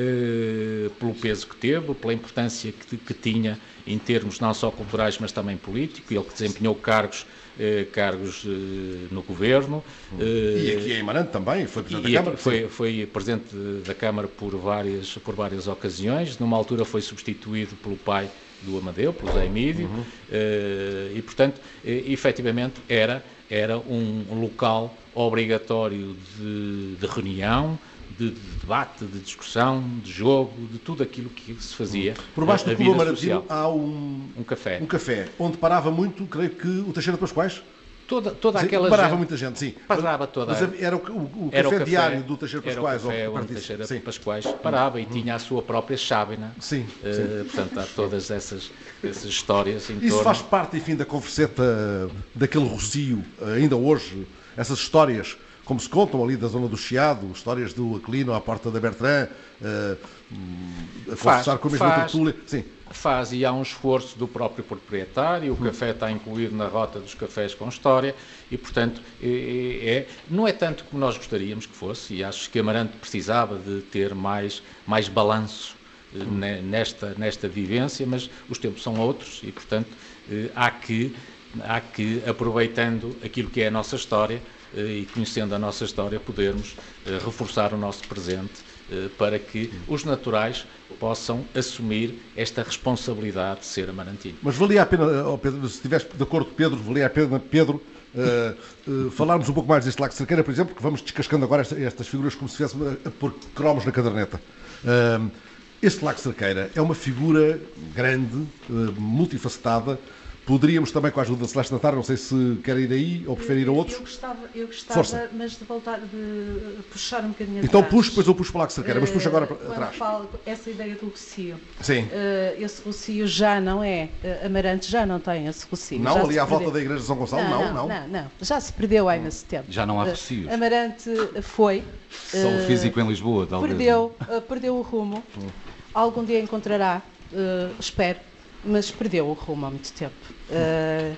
eh, pelo peso que teve, pela importância que, que tinha em termos não só culturais, mas também políticos. Ele que desempenhou cargos, eh, cargos eh, no governo. Eh, e aqui em Amarante também, foi Presidente da Câmara? Foi, foi Presidente da Câmara por várias, por várias ocasiões. Numa altura foi substituído pelo pai do Amadeu, pelo Zé Emídio, uhum. eh, e, portanto, eh, efetivamente era, era um local obrigatório de, de reunião, de, de debate, de discussão, de jogo, de tudo aquilo que se fazia. Por baixo do Clube Amarantino há um, um café. Um café, onde parava muito, creio que, o Teixeira de Pascoais. Toda, toda sim, aquela parava gente, muita gente, sim. Parava toda. Mas era o, o, o, era café, o café diário do Teixeira de Pascoais. Era o café onde o Teixeira de Pascoais parava e hum. tinha a sua própria chávena. Sim, uh, sim. Portanto, há todas essas, essas histórias em Isso torno... faz parte, enfim, da converseta daquele Rocio, ainda hoje, essas histórias, como se contam ali da zona do Chiado, histórias do Aquilino à porta da Bertrand, uh, a conversar com a mesma tertúlia. Sim. Faz, e há um esforço do próprio proprietário, o hum. café está incluído na rota dos cafés com história, e, portanto, é, é, não é tanto como nós gostaríamos que fosse, e acho que Amarante precisava de ter mais, mais balanço hum. nesta, nesta vivência, mas os tempos são outros, e, portanto, há que, há que, aproveitando aquilo que é a nossa história, e conhecendo a nossa história, podermos reforçar o nosso presente, para que os naturais possam assumir esta responsabilidade de ser amarantino. Mas valia a pena, oh Pedro, se estivesse de acordo com Pedro, valia a pena, Pedro, uh, uh, falarmos um pouco mais deste Lago Cerqueira, por exemplo, que vamos descascando agora esta, estas figuras como se estivéssemos a pôr cromos na caderneta. Uh, este Lago Cerqueira é uma figura grande, uh, multifacetada. Poderíamos também, com a ajuda de Celeste Natar, não sei se quer ir aí ou prefere ir a outros. Eu gostava, eu gostava Força. mas de voltar, de puxar um bocadinho Então atrás. puxo, depois eu puxo para o Lago Cerqueira, mas puxo agora para Quando atrás. Falo essa ideia do Rocio. Sim. Uh, esse Rocio já não é, uh, Amarante já não tem esse Rocio. Não, já ali à volta da Igreja de São Gonçalo, não, não. Não, não, não. Já se perdeu há imenso tempo. Já não há Rocios. Uh, Amarante foi. Só o físico em Lisboa, talvez. Perdeu, uh, perdeu o rumo. Hum. Algum dia encontrará, uh, espero, mas perdeu o rumo há muito tempo. Uh,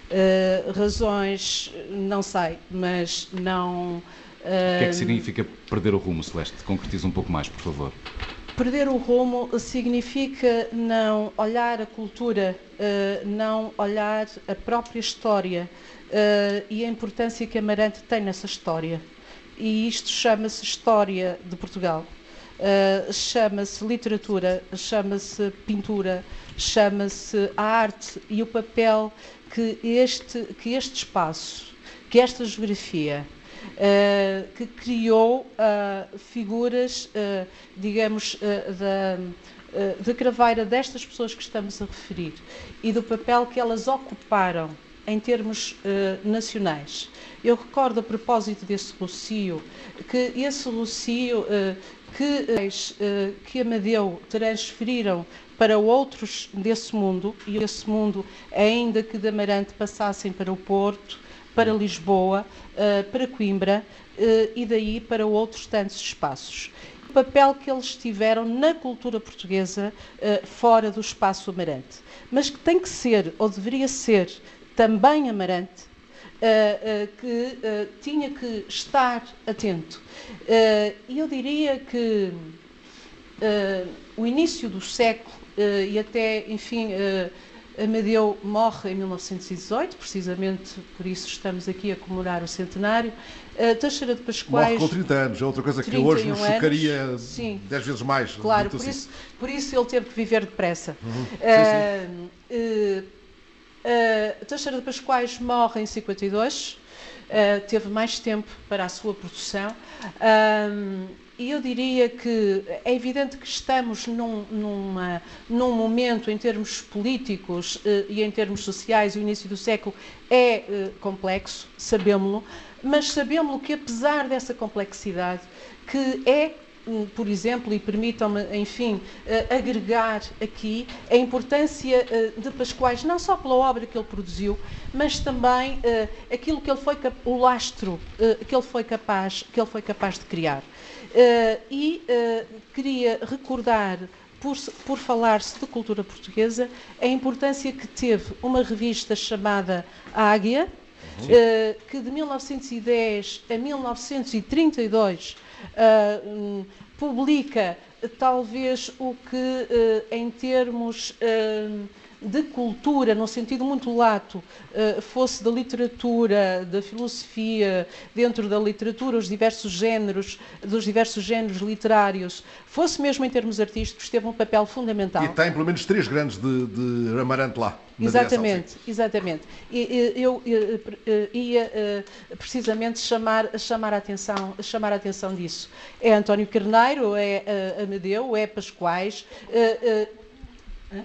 uh, razões, não sei, mas não... Uh, o que é que significa perder o rumo, Celeste? Concretiza um pouco mais, por favor. Perder o rumo significa não olhar a cultura, uh, não olhar a própria história uh, e a importância que Amarante tem nessa história. E isto chama-se História de Portugal. Uh, chama-se literatura, chama-se pintura, chama-se a arte e o papel que este, que este espaço, que esta geografia, uh, que criou uh, figuras, uh, digamos, uh, da, uh, da craveira destas pessoas que estamos a referir e do papel que elas ocuparam em termos uh, nacionais. Eu recordo, a propósito desse Rocio, que esse Rocio uh, que, uh, que Amadeu transferiram para outros desse mundo, e esse mundo, ainda que de Amarante passassem para o Porto, para Lisboa, para Coimbra e daí para outros tantos espaços. O papel que eles tiveram na cultura portuguesa fora do espaço Amarante, mas que tem que ser, ou deveria ser, também Amarante, que tinha que estar atento. E eu diria que o início do século e até, enfim, Amadeu morre em mil novecentos e dezoito, precisamente por isso estamos aqui a comemorar o centenário. Uh, Teixeira de Pascoais... Morre com trinta anos, é outra coisa que hoje nos chocaria dez vezes mais. Claro, por, assim. isso, por isso ele teve que viver depressa. Uhum. Uh, sim, sim. Uh, uh, Teixeira de Pascoais morre em cinquenta e dois, uh, teve mais tempo para a sua produção. Uh, E eu diria que é evidente que estamos num, numa, num momento, em termos políticos eh, e em termos sociais, o início do século é eh, complexo, sabemos-lo, mas sabemos que apesar dessa complexidade, que é, por exemplo, e permitam-me, enfim, eh, agregar aqui a importância eh, de Pascoais, não só pela obra que ele produziu, mas também eh, aquilo que ele foi, o lastro eh, que ele foi capaz, que ele foi capaz de criar. Uh, e uh, queria recordar, por, por falar-se de cultura portuguesa, a importância que teve uma revista chamada Águia, uh, que de mil novecentos e dez a mil novecentos e trinta e dois uh, um, publica uh, talvez o que, uh, em termos uh, de cultura, num sentido muito lato, fosse da literatura, da filosofia, dentro da literatura, os diversos géneros, dos diversos géneros literários, fosse mesmo em termos artísticos, teve um papel fundamental. E tem pelo menos três grandes de, de Amarante lá. Exatamente, direção, exatamente. E, eu, eu, eu ia precisamente chamar, chamar, a atenção, chamar a atenção disso. É António Carneiro, é Amadeu, é Pascoais. Hã?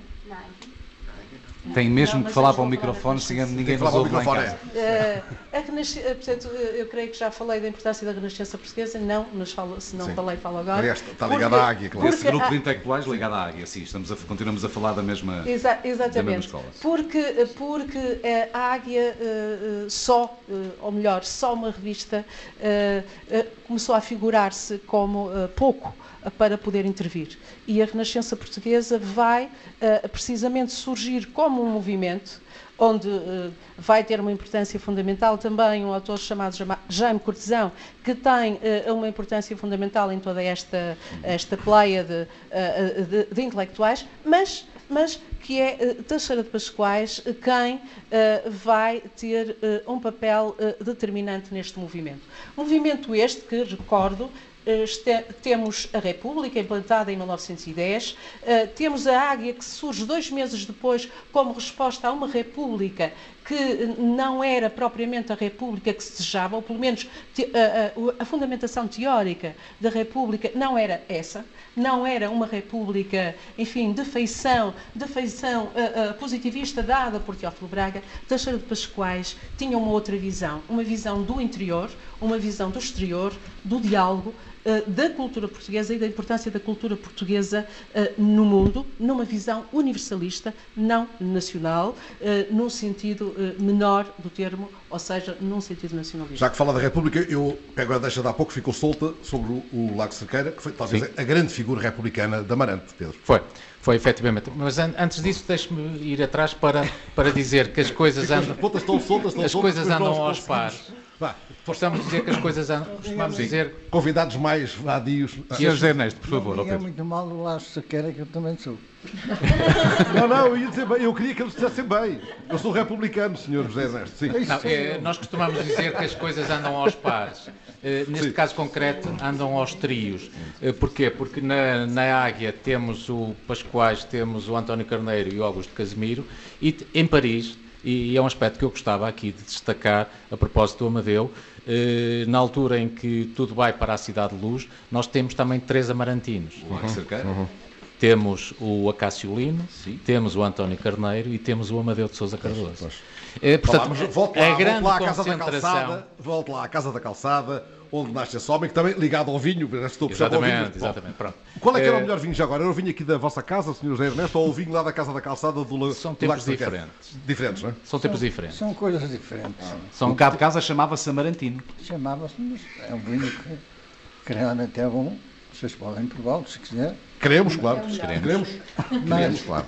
Tem mesmo não, que falar para o microfone, senão ninguém nos ouve lá em casa. É. Uh, a renasc... Portanto, eu creio que já falei da importância da Renascença Portuguesa, não, mas falo, se não sim. falei, falo agora. Aliás, está ligado à Águia, claro. Esse grupo de intelectuais ligado à Águia, sim, estamos a, continuamos a falar da mesma, Exa exatamente. Da mesma escola. Porque, porque a Águia uh, só, uh, ou melhor, só uma revista uh, uh, começou a figurar-se como uh, pouco para poder intervir. E a Renascença Portuguesa vai uh, precisamente surgir como um movimento onde uh, vai ter uma importância fundamental também um autor chamado Jaime Cortesão, que tem uh, uma importância fundamental em toda esta, esta pleia de, uh, de, de intelectuais, mas, mas que é uh, Teixeira de Pascoais quem uh, vai ter uh, um papel uh, determinante neste movimento. Movimento este que, recordo, Este, temos a República, implantada em mil novecentos e dez, uh, temos a Águia, que surge dois meses depois como resposta a uma República que não era propriamente a República que se desejava, ou pelo menos te, uh, uh, a fundamentação teórica da República não era essa, não era uma República, enfim, de feição, de feição uh, uh, positivista dada por Teófilo Braga. Teixeira de Pascoais tinha uma outra visão, uma visão do interior, uma visão do exterior, do diálogo, da cultura portuguesa e da importância da cultura portuguesa uh, no mundo, numa visão universalista, não nacional, uh, num sentido uh, menor do termo, ou seja, num sentido nacionalista. Já que fala da República, eu pego a deixa de há pouco, ficou solta sobre o, o Lago Cerqueira, que foi talvez Sim. a grande figura republicana da Amarante, Pedro. Foi, foi efetivamente. Mas an antes disso, deixe-me ir atrás para, para dizer que as coisas andam, as estão soltas, estão as soltas, coisas andam aos pares. Vá, Possamos dizer que as coisas andam. Costumamos dizer. Convidados mais vadios. senhor José Ernesto, por favor. Não é muito mal o Lago Cerqueira, que eu também sou. Não, não, eu ia dizer bem, eu queria que eles dissessem bem. Eu sou republicano, senhor José Ernesto. Sim. Não, é, nós costumamos dizer que as coisas andam aos pares. Uh, neste Sim. caso concreto, andam aos trios. Uh, porquê? Porque na, na Águia temos o Pascoais, temos o António Carneiro e o Augusto Casimiro, e em Paris. E é um aspecto que eu gostava aqui de destacar a propósito do Amadeu, eh, na altura em que tudo vai para a Cidade de Luz, nós temos também três amarantinos. Uhum. Uhum. Temos o Acácio Lino, Sim. temos o António Carneiro e temos o Amadeu de Sousa Cardoso. Eh, portanto, volte lá, a grande volte lá à Casa da Calçada, volte lá à Casa da Calçada, onde nasce esse homem, que também ligado ao vinho, estou a puxar ao vinho. Exatamente, exatamente. Pronto. Qual é que era o Eh, melhor vinho já agora? Era o vinho aqui da vossa casa, senhor José Ernesto, ou o vinho lá da Casa da Calçada do, La- São do tempos Lago Cerqueiro? diferentes. Diferentes, não é? São tempos diferentes. São coisas diferentes. Um cá de casa chamava-se Amarantino. Chamava-se, mas é um vinho que, que realmente é bom. Vocês podem prová-lo, se quiser. Queremos, claro. Queremos. Queremos. Mas, Queremos, claro.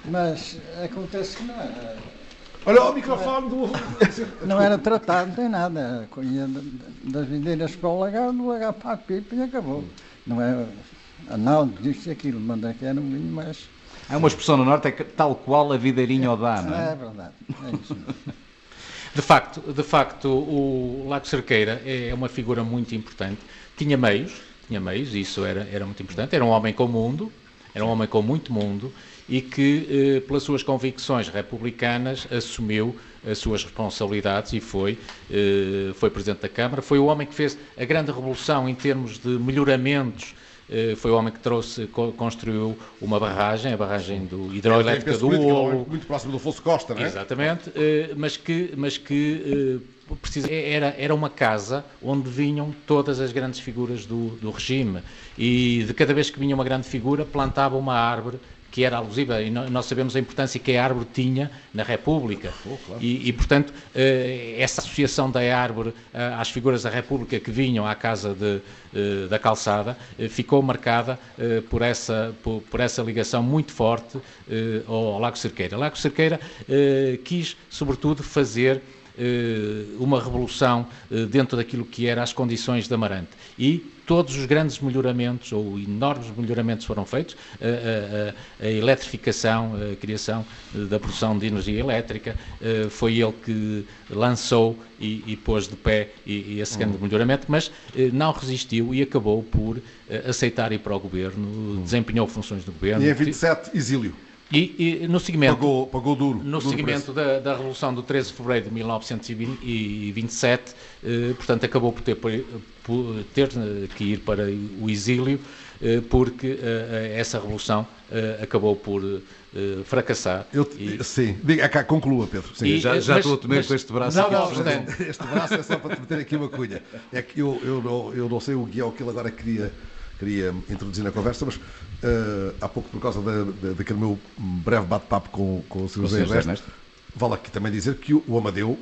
mas acontece que não é. Olha o microfone do... Não era tratado, nem nada. Ia das videiras para o lagar, do lagar para a pipa e acabou. Não é análise, isto e aquilo, manda que era um vinho mais... Há uma expressão no Norte, é que tal qual a videirinha o dá, não É é? verdade, é isso mesmo. De facto, de facto, o Lago Cerqueira é uma figura muito importante. Tinha meios, tinha meios, isso era, era muito importante. Era um homem com mundo, era um homem com muito mundo e que, eh, pelas suas convicções republicanas, assumiu as suas responsabilidades e foi, eh, foi Presidente da Câmara. Foi o homem que fez a grande revolução em termos de melhoramentos. Eh, foi o homem que trouxe, co- construiu uma barragem, a barragem do hidroelétrica do Olo. Muito próximo do Afonso Costa, não é? Exatamente, eh, mas que, mas que eh, precisa, era, era uma casa onde vinham todas as grandes figuras do, do regime e de cada vez que vinha uma grande figura plantava uma árvore que era alusiva, e no- nós sabemos a importância que a árvore tinha na República. E, e, portanto, eh, essa associação da árvore eh, às figuras da República que vinham à Casa de, eh, da Calçada eh, ficou marcada eh, por, essa, por, por essa ligação muito forte eh, ao, ao Lago Cerqueira. O Lago Cerqueira eh, quis, sobretudo, fazer eh, uma revolução eh, dentro daquilo que eram as condições de Amarante. E todos os grandes melhoramentos, ou enormes melhoramentos foram feitos, a, a, a eletrificação, a criação da produção de energia elétrica, eh, foi ele que lançou e, e pôs de pé e, e esse grande melhoramento, mas eh, não resistiu e acabou por eh, aceitar ir para o governo, desempenhou funções do governo. E em vinte e sete, exílio. E, e no seguimento, Pagou, pagou duro. no duro seguimento preço. da, da Revolução do treze de fevereiro de mil novecentos e vinte e sete, eh, portanto, acabou por ter, por, por ter eh, que ir para o exílio, eh, porque eh, essa Revolução eh, acabou por eh, fracassar. Eu, E- Sim, diga cá, conclua, Pedro. Sim. E- Já, já mas- estou a temer mas- com este braço não, aqui. não, à frente. portanto, Este braço é só para te meter aqui uma cunha. É que eu, eu, não, eu não sei o guião que ele agora queria, queria introduzir na conversa, mas eh, há pouco, por causa da, da, daquele meu breve bate-papo com, com o senhor José senhor Ernesto, Ernesto. vale aqui também dizer que o, o Amadeu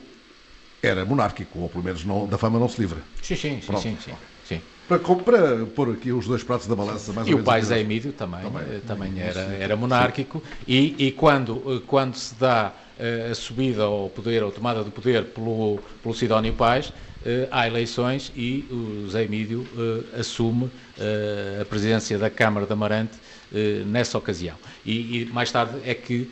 era monárquico, ou pelo menos não, da fama não se livra. sim, sim, sim, Pronto. sim, sim, sim. Para, com- para pôr aqui os dois pratos da balança, mais E ou o menos. pai unidos. Zé Emílio também, eh, também era, era monárquico e, e quando, eh, quando se dá eh, a subida ao poder, ou tomada do poder pelo, pelo Sidónio Paz, eh, há eleições e o Zé Emílio eh, assume eh, a presidência da Câmara de Amarante eh, nessa ocasião. E, e mais tarde é que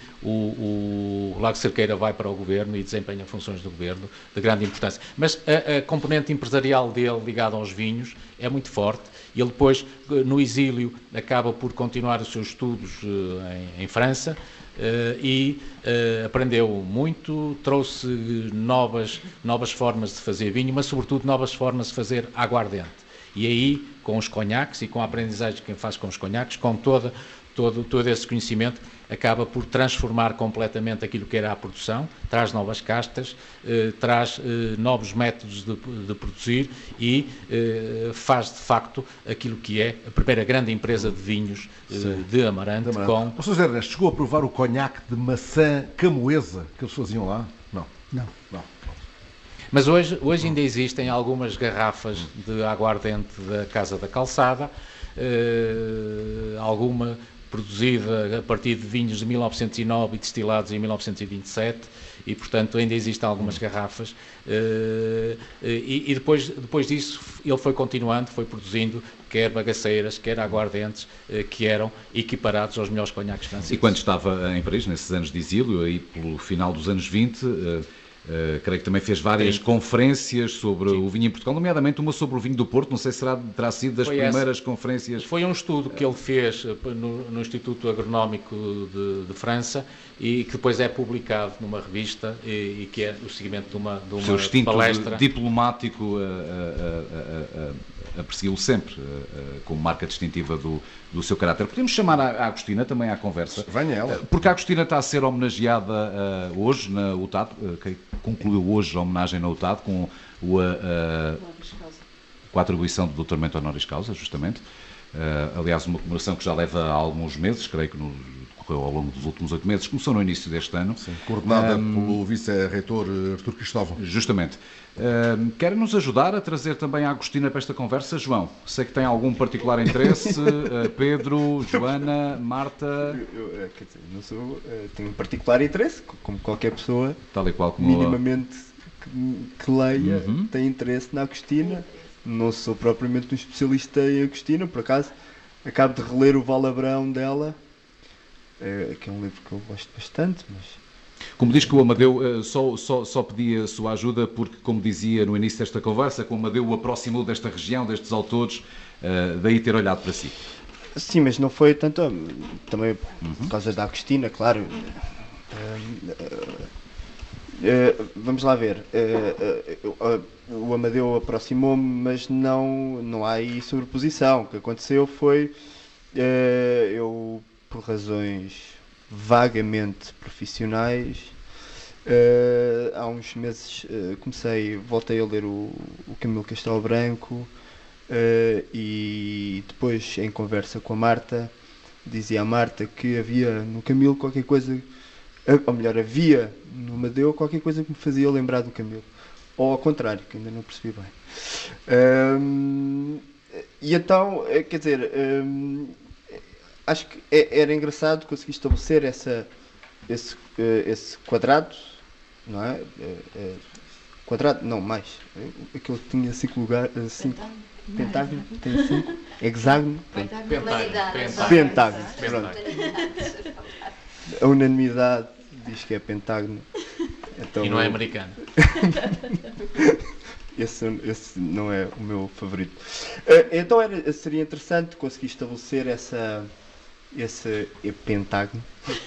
o, o Lago Cerqueira vai para o governo e desempenha funções do governo de grande importância. Mas a, a componente empresarial dele ligada aos vinhos é muito forte. Ele depois, eh, no exílio, acaba por continuar os seus estudos eh, em, em França eh, e eh, aprendeu muito, trouxe novas, novas formas de fazer vinho, mas sobretudo novas formas de fazer aguardente. E aí, com os conhaques e com a aprendizagem que quem faz com os conhaques, com toda, todo, todo esse conhecimento, acaba por transformar completamente aquilo que era a produção, traz novas castas, eh, traz eh, novos métodos de, de produzir e eh, faz, de facto, aquilo que é a primeira grande empresa de vinhos eh, de Amarante. Da Com... Amarante. O senhor José Ernesto chegou a provar o conhaque de maçã camoesa que eles faziam lá? Não. Não. Não. Mas hoje, hoje ainda existem algumas garrafas de aguardente da Casa da Calçada, eh, alguma produzida a partir de vinhos de mil novecentos e nove e destilados em mil novecentos e vinte e sete, e, portanto, ainda existem algumas garrafas. eh, e e depois, depois disso, ele foi continuando, foi produzindo quer bagaceiras, quer aguardentes, eh, que eram equiparados aos melhores conhaques franceses. E quando estava em Paris, nesses anos de exílio, aí pelo final dos anos vinte, eh, eh, creio que também fez várias Sim. conferências sobre o vinho em Portugal, nomeadamente uma sobre o vinho do Porto, não sei se será, terá sido das Foi primeiras conferências. Foi um estudo que ele fez eh, no, no Instituto Agronómico de, de França e que depois é publicado numa revista e, e que é o seguimento de uma, de O uma seu instinto palestra. diplomático a, a, a, a, a persegui-lo sempre, a, a, como marca distintiva do, do seu caráter. Podemos chamar a, a Agostina também à conversa. Venha ela. Porque a Agostina está a ser homenageada uh, hoje na U T A D, uh, que concluiu hoje a homenagem na U T A D com o... Uh, uh, com a atribuição do doutoramento honoris causa, justamente. Uh, aliás, uma comemoração que já leva alguns meses, creio que no, decorreu ao longo dos últimos oito meses, começou no início deste ano. Sim, coordenada um, pelo vice-reitor Artur Cristóvão. Justamente. Uh, quer nos ajudar a trazer também a Agostina para esta conversa, João? Sei que tem algum particular interesse. uh, Pedro, Joana, Marta... Eu, eu, quer dizer, não sou, uh, tenho um particular interesse, como qualquer pessoa, tal e qual como minimamente que, que leia, uhum. tem interesse na Agostina. Não sou propriamente um especialista em Agostina, por acaso acabo de reler o Valabrão dela, é, que é um livro que eu gosto bastante, mas... Como diz que o Amadeu só, só, só pedia a sua ajuda porque, como dizia no início desta conversa, que o Amadeu o aproximou desta região, destes autores, daí ter olhado para si. Sim, mas não foi tanto, também uhum. por causa da Agostina, claro. Uh, uh, uh, vamos lá ver, uh, uh, uh, o Amadeu aproximou-me, mas não, não há aí sobreposição. O que aconteceu foi, uh, eu, por razões vagamente profissionais, uh, há uns meses uh, comecei, voltei a ler o, o Camilo Castelo Branco, uh, e depois, em conversa com a Marta, dizia a Marta que havia no Camilo qualquer coisa, ou melhor, havia no Amadeu qualquer coisa que me fazia lembrar do Camilo. Ou ao contrário, que ainda não percebi bem. Um, e então, quer dizer, um, acho que é, era engraçado conseguir estabelecer essa, esse, esse quadrado, não é? Quadrado, não, mais. Aquele que tinha cinco lugares. Cinco, pentágono, tem cinco. Hexágono. Pentágono. Pentágono. Pentágono. A unanimidade diz que é pentágono. Então, e não é americano. esse, esse não é o meu favorito. Uh, então era, seria interessante conseguir estabelecer essa, esse pentágono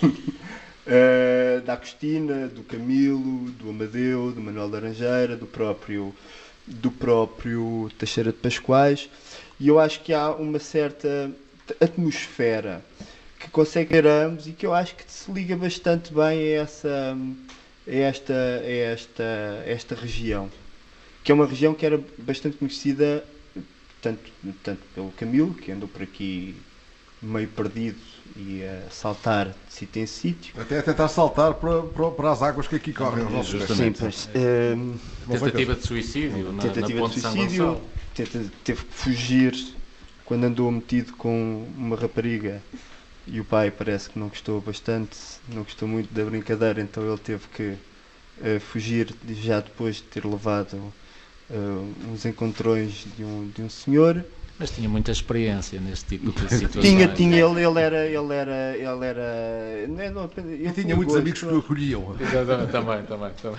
uh, da Agostina, do Camilo, do Amadeu, do Manuel Laranjeira, do próprio, do próprio Teixeira de Pascoais, e eu acho que há uma certa atmosfera que consegue ver ambos e que eu acho que se liga bastante bem a essa... É esta, é esta, esta região, que é uma região que era bastante conhecida tanto, tanto pelo Camilo, que andou por aqui meio perdido e a saltar de sítio em sítio. Até a tentar saltar para, para, para as águas que aqui correm aos nossos pés. Sim, pois, um, tentativa de suicídio na, tentativa na de suicídio, tenta, teve que fugir quando andou metido com uma rapariga. E o pai parece que não gostou bastante, não gostou muito da brincadeira, então ele teve que uh, fugir já depois de ter levado uh, uns encontrões de um, de um senhor. Mas tinha muita experiência nesse tipo de situações. Tinha, tinha, ele, ele era, ele era, ele era... Não, não, ele tinha muitos gosto, amigos que o acolhiam. Também, também, também.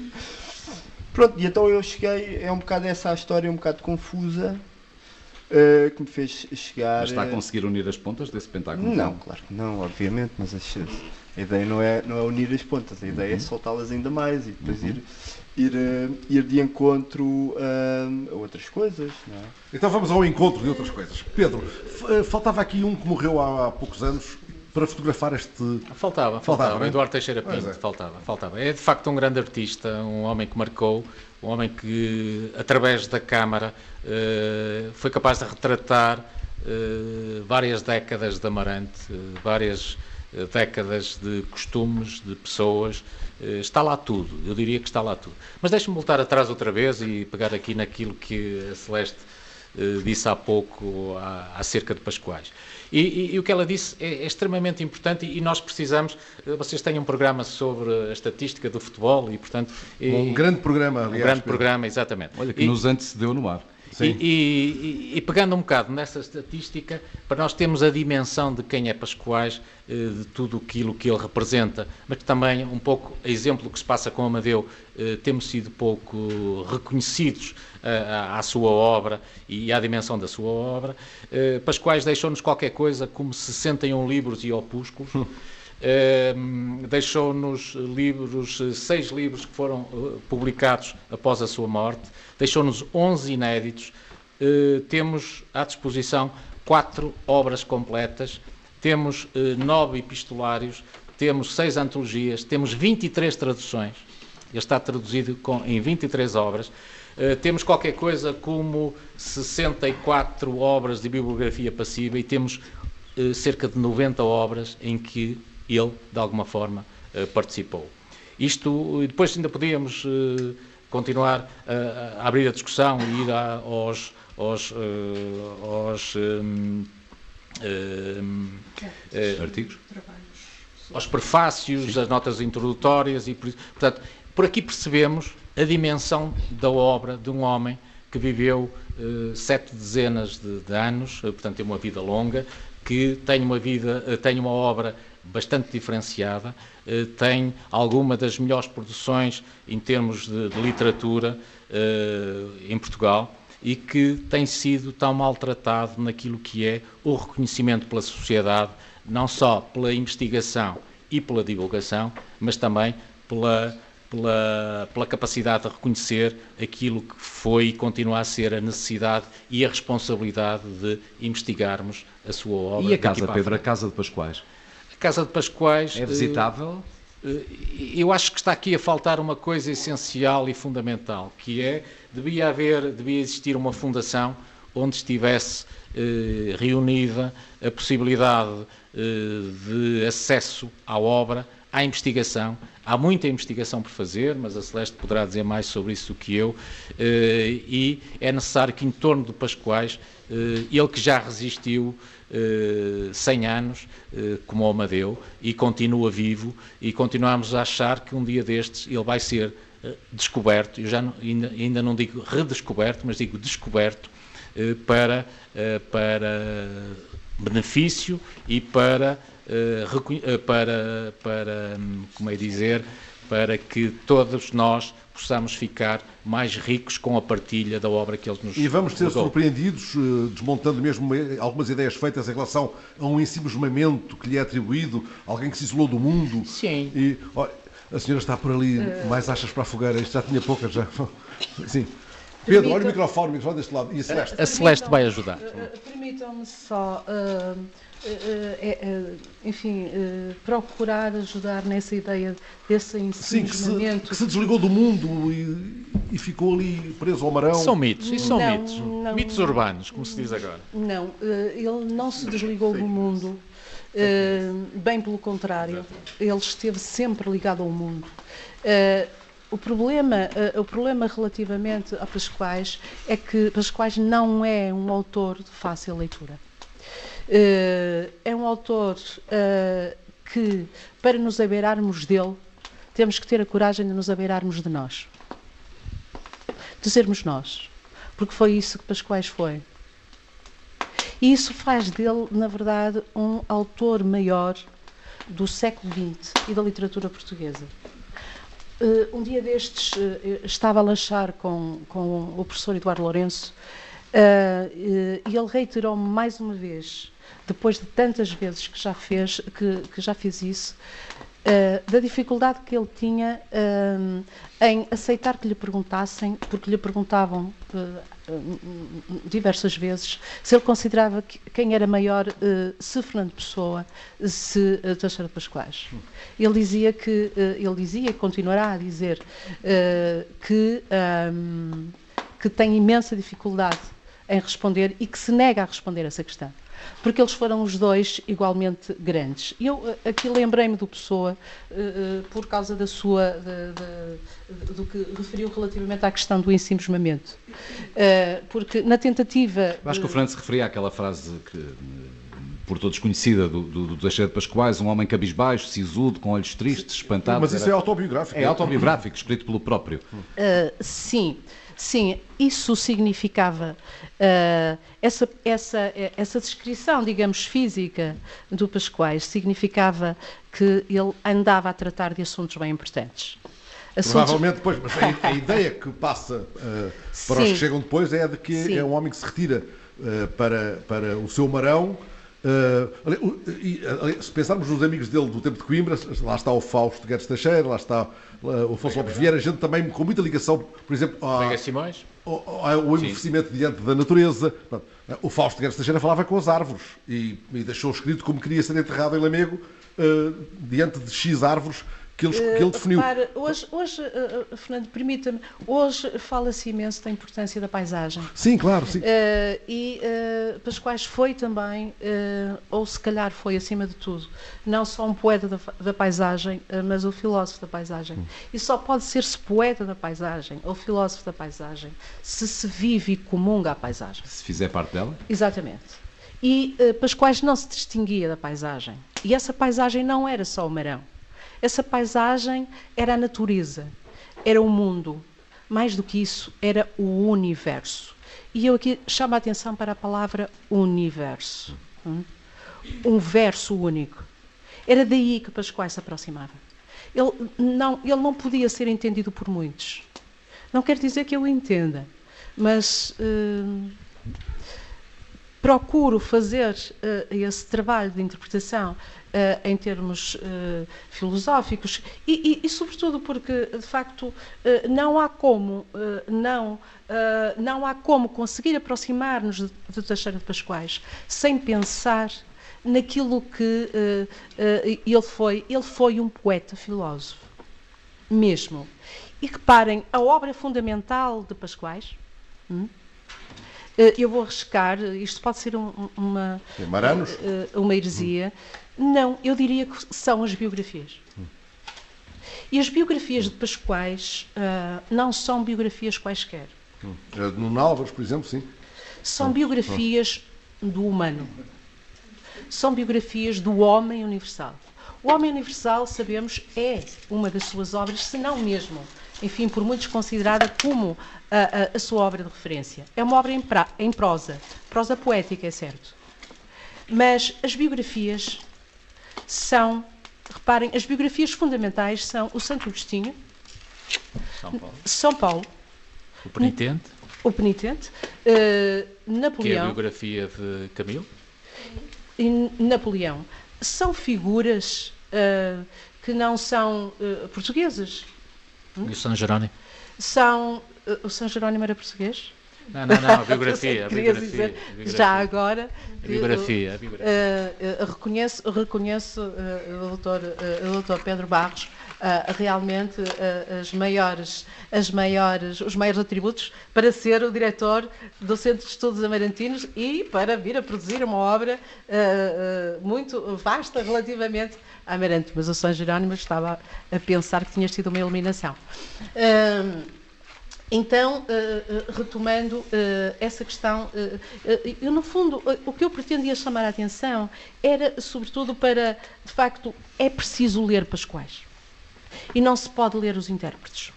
Pronto, e então eu cheguei, é um bocado essa a história, um bocado confusa. Uh, que me fez chegar... Mas está a conseguir unir as pontas desse pentágono? Não, claro que não, obviamente, mas a, a ideia não é, não é unir as pontas, a ideia uhum. é soltá-las ainda mais e depois uhum. ir, ir, uh, ir de encontro uh, a outras coisas. Não é? Então vamos ao encontro de outras coisas. Pedro, faltava aqui um que morreu há, há poucos anos para fotografar este... Faltava, faltava, faltava Eduardo Teixeira Pinto, é. faltava, faltava. É de facto um grande artista, um homem que marcou, um homem que, através da câmara, uh, foi capaz de retratar uh, várias décadas de Amarante, uh, várias uh, décadas de costumes, de pessoas. Uh, está lá tudo, eu diria que está lá tudo. Mas deixe-me voltar atrás outra vez e pegar aqui naquilo que a Celeste uh, disse há pouco a, acerca de Pascoais. E, e, e o que ela disse é, é extremamente importante e, e nós precisamos, vocês têm um programa sobre a estatística do futebol e, portanto... E, um grande programa, aliás. Um grande programa, exatamente. Olha, que e, nos antecedeu no ar. E, e, e, e pegando um bocado nessa estatística, para nós termos a dimensão de quem é Pascoais, de tudo aquilo que ele representa, mas também um pouco a exemplo do que se passa com Amadeu, temos sido pouco reconhecidos à, à sua obra e à dimensão da sua obra. Pascoais deixou-nos qualquer coisa como sessenta e um livros e opúsculos. Uh, deixou-nos livros, seis livros que foram uh, publicados após a sua morte, deixou-nos onze inéditos, uh, temos à disposição quatro obras completas, temos uh, nove epistolários, temos seis antologias, temos vinte e três traduções, ele está traduzido com, em vinte e três obras. Uh, temos qualquer coisa como sessenta e quatro obras de bibliografia passiva e temos uh, cerca de noventa obras em que ele, de alguma forma, uh, participou. Isto, depois ainda podíamos uh, continuar uh, a abrir a discussão e ir a, aos, aos, uh, aos um, um, uh, artigos, aos prefácios, as notas introdutórias e, portanto, por aqui percebemos a dimensão da obra de um homem que viveu uh, sete dezenas de, de anos, uh, portanto tem uma vida longa, que tem uma vida, uh, tem uma obra bastante diferenciada, uh, tem alguma das melhores produções em termos de, de literatura uh, em Portugal e que tem sido tão maltratado naquilo que é o reconhecimento pela sociedade, não só pela investigação e pela divulgação, mas também pela Pela, pela capacidade de reconhecer aquilo que foi e continua a ser a necessidade e a responsabilidade de investigarmos a sua obra. E a Casa, Pedro, a Casa de Pascoais? A Casa de Pascoais... É visitável? Eu acho que está aqui a faltar uma coisa essencial e fundamental, que é, devia haver, devia existir uma fundação onde estivesse eh, reunida a possibilidade eh, de acesso à obra, à investigação. Há muita investigação por fazer, mas a Celeste poderá dizer mais sobre isso do que eu, e é necessário que em torno de Pascoais, ele que já resistiu cem anos, como o Amadeu, e continua vivo, e continuamos a achar que um dia destes ele vai ser descoberto, eu já não, ainda, ainda não digo redescoberto, mas digo descoberto, para, para benefício e para... Para, para, como é dizer, para que todos nós possamos ficar mais ricos com a partilha da obra que ele nos E vamos ser usou. surpreendidos, desmontando mesmo algumas ideias feitas em relação a um ensimismamento que lhe é atribuído, alguém que se isolou do mundo. Sim. E, olha, a senhora está por ali, mais achas para a fogueira, isto já tinha poucas já. Sim. Pedro, olha o microfone, o microfone deste lado. E a Celeste? A Celeste vai ajudar. Permitam-me só... Uh... Uh, uh, uh, enfim, uh, procurar ajudar nessa ideia desse ensimismamento. Sim, que se, que se desligou do mundo e, e ficou ali preso ao marão. São mitos, isso são não, mitos. Não, mitos urbanos, como se diz agora. Não, uh, ele não se desligou do mundo, uh, bem pelo contrário, ele esteve sempre ligado ao mundo. Uh, O problema, uh, o problema relativamente a Pascoais é que Pascoais não é um autor de fácil leitura. Uh, é um autor uh, que, para nos abeirarmos dele, temos que ter a coragem de nos abeirarmos de nós. De sermos nós. Porque foi isso que Pascoais foi. E isso faz dele, na verdade, um autor maior do século vinte e da literatura portuguesa. Uh, um dia destes, uh, estava a lanchar com, com o professor Eduardo Lourenço uh, uh, e ele reiterou-me mais uma vez, depois de tantas vezes que já fez, que, que já fez isso, uh, da dificuldade que ele tinha uh, em aceitar que lhe perguntassem, porque lhe perguntavam uh, uh, diversas vezes se ele considerava que, quem era maior, uh, se Fernando Pessoa, se uh, Teixeira de Pascoais. Ele dizia que, uh, ele dizia e continuará a dizer uh, que, um, que tem imensa dificuldade em responder e que se nega a responder essa questão. Porque eles foram os dois igualmente grandes. Eu aqui lembrei-me do Pessoa uh, uh, por causa da sua, de, de, de, do que referiu relativamente à questão do ensimismamento. Uh, porque na tentativa... Eu acho que o Fernando se referia àquela frase que, por todos conhecida, do, do, do Teixeira de Pascoais, um homem cabisbaixo, sisudo, com olhos tristes, espantado. Mas isso era... é autobiográfico. É autobiográfico, escrito pelo próprio. Uh, sim. Sim, isso significava, uh, essa, essa, essa descrição, digamos, física do Pascoais, significava que ele andava a tratar de assuntos bem importantes. Assuntos... Provavelmente depois, mas a, a ideia que passa uh, para Sim. os que chegam depois é a de que Sim. é um homem que se retira uh, para, para o seu marão. Uh, e, uh, se pensarmos nos amigos dele do tempo de Coimbra, lá está o Fausto Guedes Teixeira, lá está uh, o Afonso Lopes Vieira, gente também com muita ligação, por exemplo, ao, ao, ao envelhecimento diante da natureza. O Fausto Guedes Teixeira falava com as árvores e, e deixou escrito como queria ser enterrado em Lamego, uh, diante de X árvores que ele, que ele definiu. Repara, hoje, hoje uh, Fernando, permita-me, hoje fala-se imenso da importância da paisagem. Sim, claro, sim. Uh, e uh, Pascoais foi também, uh, ou se calhar foi acima de tudo, não só um poeta da, da paisagem, uh, mas o filósofo da paisagem. Hum. E só pode ser-se poeta da paisagem, ou filósofo da paisagem, se se vive e comunga a paisagem. Se fizer parte dela? Exatamente. E uh, Pascoais não se distinguia da paisagem. E essa paisagem não era só o Marão. Essa paisagem era a natureza, era o mundo. Mais do que isso, era o universo. E eu aqui chamo a atenção para a palavra universo. Um verso único. Era daí que Pascoais se aproximava. Ele não, ele não podia ser entendido por muitos. Não quer dizer que eu o entenda, mas uh, procuro fazer uh, esse trabalho de interpretação Uh, em termos uh, filosóficos e, e, e, sobretudo, porque, de facto, uh, não há como, uh, não, uh, não há como conseguir aproximar-nos de, de Teixeira de Pascoais sem pensar naquilo que uh, uh, ele foi. Ele foi um poeta filósofo, mesmo. E reparem, a obra fundamental de Pascoais, hum, uh, eu vou arriscar, isto pode ser um, uma, uh, uma heresia, hum. Não, eu diria que são as biografias. Hum. E as biografias de Pascoais uh, não são biografias quaisquer. Hum. No Álvares, por exemplo, sim. São hum. biografias hum. do humano. São biografias do homem universal. O homem universal, sabemos, é uma das suas obras, se não mesmo, enfim, por muitos considerada como a, a, a sua obra de referência. É uma obra em, pra, em prosa, prosa poética, é certo. Mas as biografias são, reparem, as biografias fundamentais são o Santo Agostinho, São Paulo, São Paulo o Penitente, o Penitente uh, Napoleão, que é a biografia de Camilo, e Napoleão. São figuras uh, que não são uh, portuguesas. E o São Jerónimo? São, uh, o São Jerónimo era português? Não, não, não, a biografia. A biografia, dizer, a biografia. Já agora. A biografia. A biografia. Uh, uh, reconheço reconheço uh, o, doutor, uh, o doutor Pedro Barros uh, realmente uh, as maiores, as maiores, os maiores atributos para ser o diretor do Centro de Estudos Amarantinos e para vir a produzir uma obra uh, uh, muito vasta relativamente a Amarante. Mas o São Jerónimo estava a pensar que tinha sido uma eliminação. Uh, Então, uh, uh, retomando uh, essa questão, uh, uh, eu, no fundo, uh, o que eu pretendia chamar a atenção era, sobretudo, para, de facto, é preciso ler Pascoais. E não se pode ler os intérpretes.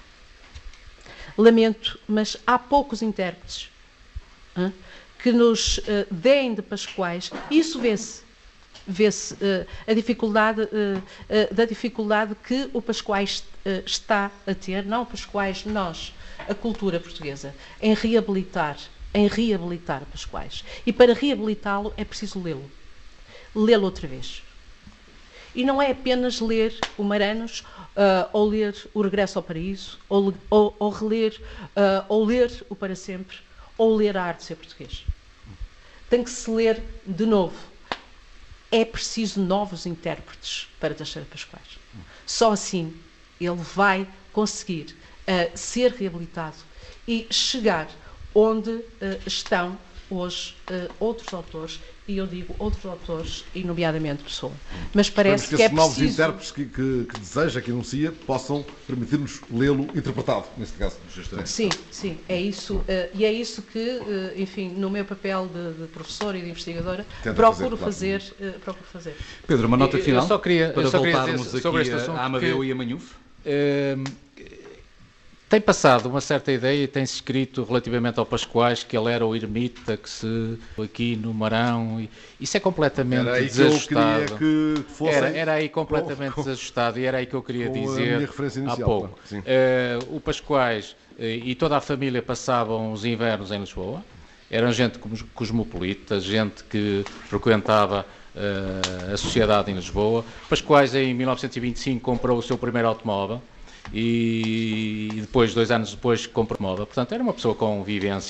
Lamento, mas há poucos intérpretes uh, que nos uh, deem de Pascoais. E isso vê-se. Vê-se uh, a dificuldade, uh, uh, da dificuldade que o Pascoais uh, está a ter, não o Pascoais, nós, a cultura portuguesa, em reabilitar, em reabilitar Pascoais. E para reabilitá-lo é preciso lê-lo. Lê-lo outra vez. E não é apenas ler o Maranos, uh, ou ler o Regresso ao Paraíso, ou, ou, ou reler, uh, ou ler o Para Sempre, ou ler a Arte de Ser Português. Tem que se ler de novo. É preciso novos intérpretes para Teixeira de Pascoais. Só assim ele vai conseguir uh, ser reabilitado e chegar onde uh, estão hoje uh, outros autores, e eu digo outros autores, e nomeadamente Pessoa. Mas parece que, que é novos preciso... intérpretes que, que, que deseja, que anuncia, possam permitir-nos lê-lo interpretado, neste caso. Justamente. Sim, sim, é isso, uh, e é isso que, uh, enfim, no meu papel de, de professora e de investigadora, Tenta procuro fazer, fazer, uh, procuro fazer. Pedro, uma nota Eu- eu final só queria- para eu só queria voltarmos dizer aqui sobre este a- assunto a Amadeu que- e a Manhuf. Hum, tem passado uma certa ideia e tem-se escrito relativamente ao Pascoais que ele era o ermita que se aqui no Marão, e isso é completamente Era aí que eu desajustado. queria que fossem era, era aí completamente com- com- desajustado, e era aí que eu queria com a dizer minha referência há inicial, pouco. claro, sim. Eh, o Pascoais eh, e toda a família passavam os invernos em Lisboa. Eram gente cos- cosmopolita, gente que frequentava eh, a sociedade em Lisboa. Pascoais, em mil novecentos e vinte e cinco, comprou o seu primeiro automóvel e depois, dois anos depois, comprou moda. Portanto, era uma pessoa com vivência.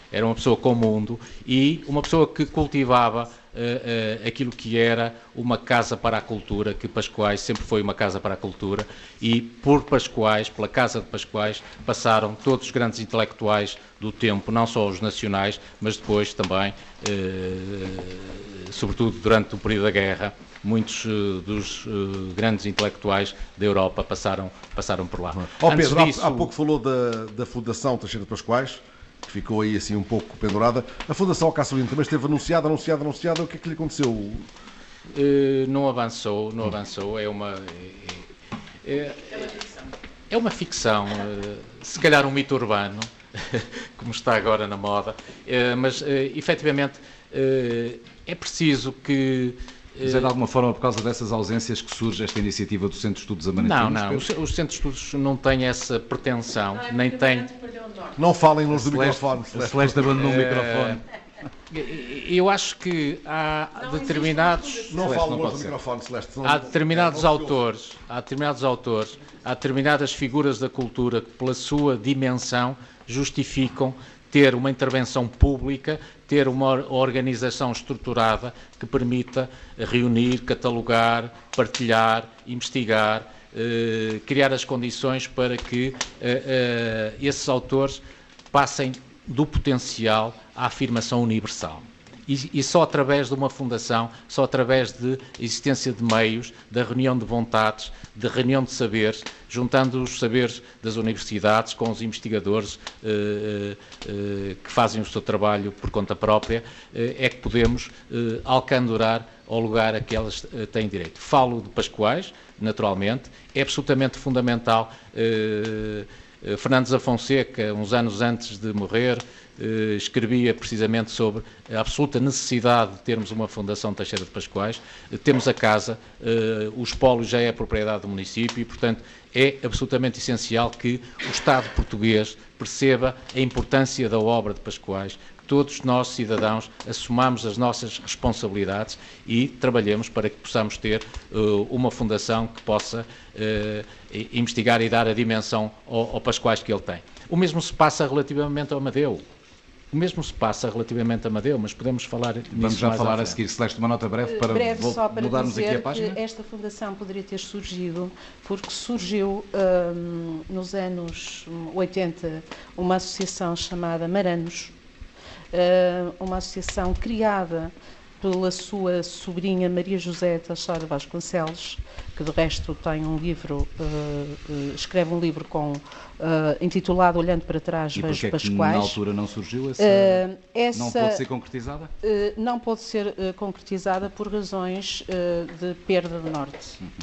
era uma pessoa com o mundo e uma pessoa que cultivava uh, uh, aquilo que era uma casa para a cultura, que Pascoais sempre foi uma casa para a cultura, e por Pascoais, pela Casa de Pascoais, passaram todos os grandes intelectuais do tempo, não só os nacionais, mas depois também, uh, sobretudo durante o período da guerra, muitos uh, dos uh, grandes intelectuais da Europa passaram, passaram por lá. Ó oh, Pedro, disso... há, há pouco falou da, da Fundação Teixeira de Pascoais, que ficou aí assim um pouco pendurada. A Fundação Alcácer também esteve anunciada, anunciada, anunciada. O que é que lhe aconteceu? Uh, não avançou, não avançou. É uma... É, é, é uma ficção. Uh, se calhar um mito urbano, como está agora na moda. Uh, mas, uh, efetivamente, uh, é preciso que... Mas é de alguma forma por causa dessas ausências que surge esta iniciativa do Centro de Estudos Amanatinos? Não, não. Os, os Centros de Estudos não têm essa pretensão, ah, nem têm... Não falem nos do Celeste, microfone. Celeste, Celeste abandonou o uh, microfone. Eu acho que há não determinados... Não falam nos do microfone, Celeste. Não, há determinados não, autores, há determinados autores, há determinadas figuras da cultura que, pela sua dimensão, justificam ter uma intervenção pública, ter uma organização estruturada que permita reunir, catalogar, partilhar, investigar, eh, criar as condições para que eh, eh, esses autores passem do potencial à afirmação universal. E, e só através de uma fundação, só através de existência de meios, da reunião de vontades, de reunião de saberes, juntando os saberes das universidades com os investigadores eh, eh, que fazem o seu trabalho por conta própria, eh, é que podemos eh, alcandorar ao lugar a que elas eh, têm direito. Falo de Pascoais, naturalmente, é absolutamente fundamental. Eh, eh, Fernandes da Fonseca, uns anos antes de morrer, Uh, escrevia precisamente sobre a absoluta necessidade de termos uma Fundação Teixeira de Pascoais. Uh, temos a casa, uh, o espólio já é propriedade do município e, portanto, é absolutamente essencial que o Estado português perceba a importância da obra de Pascoais, que todos nós, cidadãos, assumamos as nossas responsabilidades e trabalhemos para que possamos ter uh, uma fundação que possa uh, investigar e dar a dimensão ao, ao Pascoais que ele tem. O mesmo se passa relativamente ao Amadeu. O mesmo se passa relativamente a Amadeu, mas podemos falar nisso mais Vamos já mais falar a seguir. Celeste, uma nota breve para breve, só para mudarmos dizer aqui a página. Que esta fundação poderia ter surgido porque surgiu um, nos anos oitenta uma associação chamada Maranos, uh, uma associação criada pela sua sobrinha Maria José Teixeira Vasconcelos, que de resto tem um livro, uh, uh, escreve um livro com, uh, intitulado Olhando para Trás, e Vejo Pascoais. E na altura não surgiu essa... Uh, essa não pode ser concretizada? Uh, não pode ser uh, concretizada por razões uh, de perda de norte. Uhum.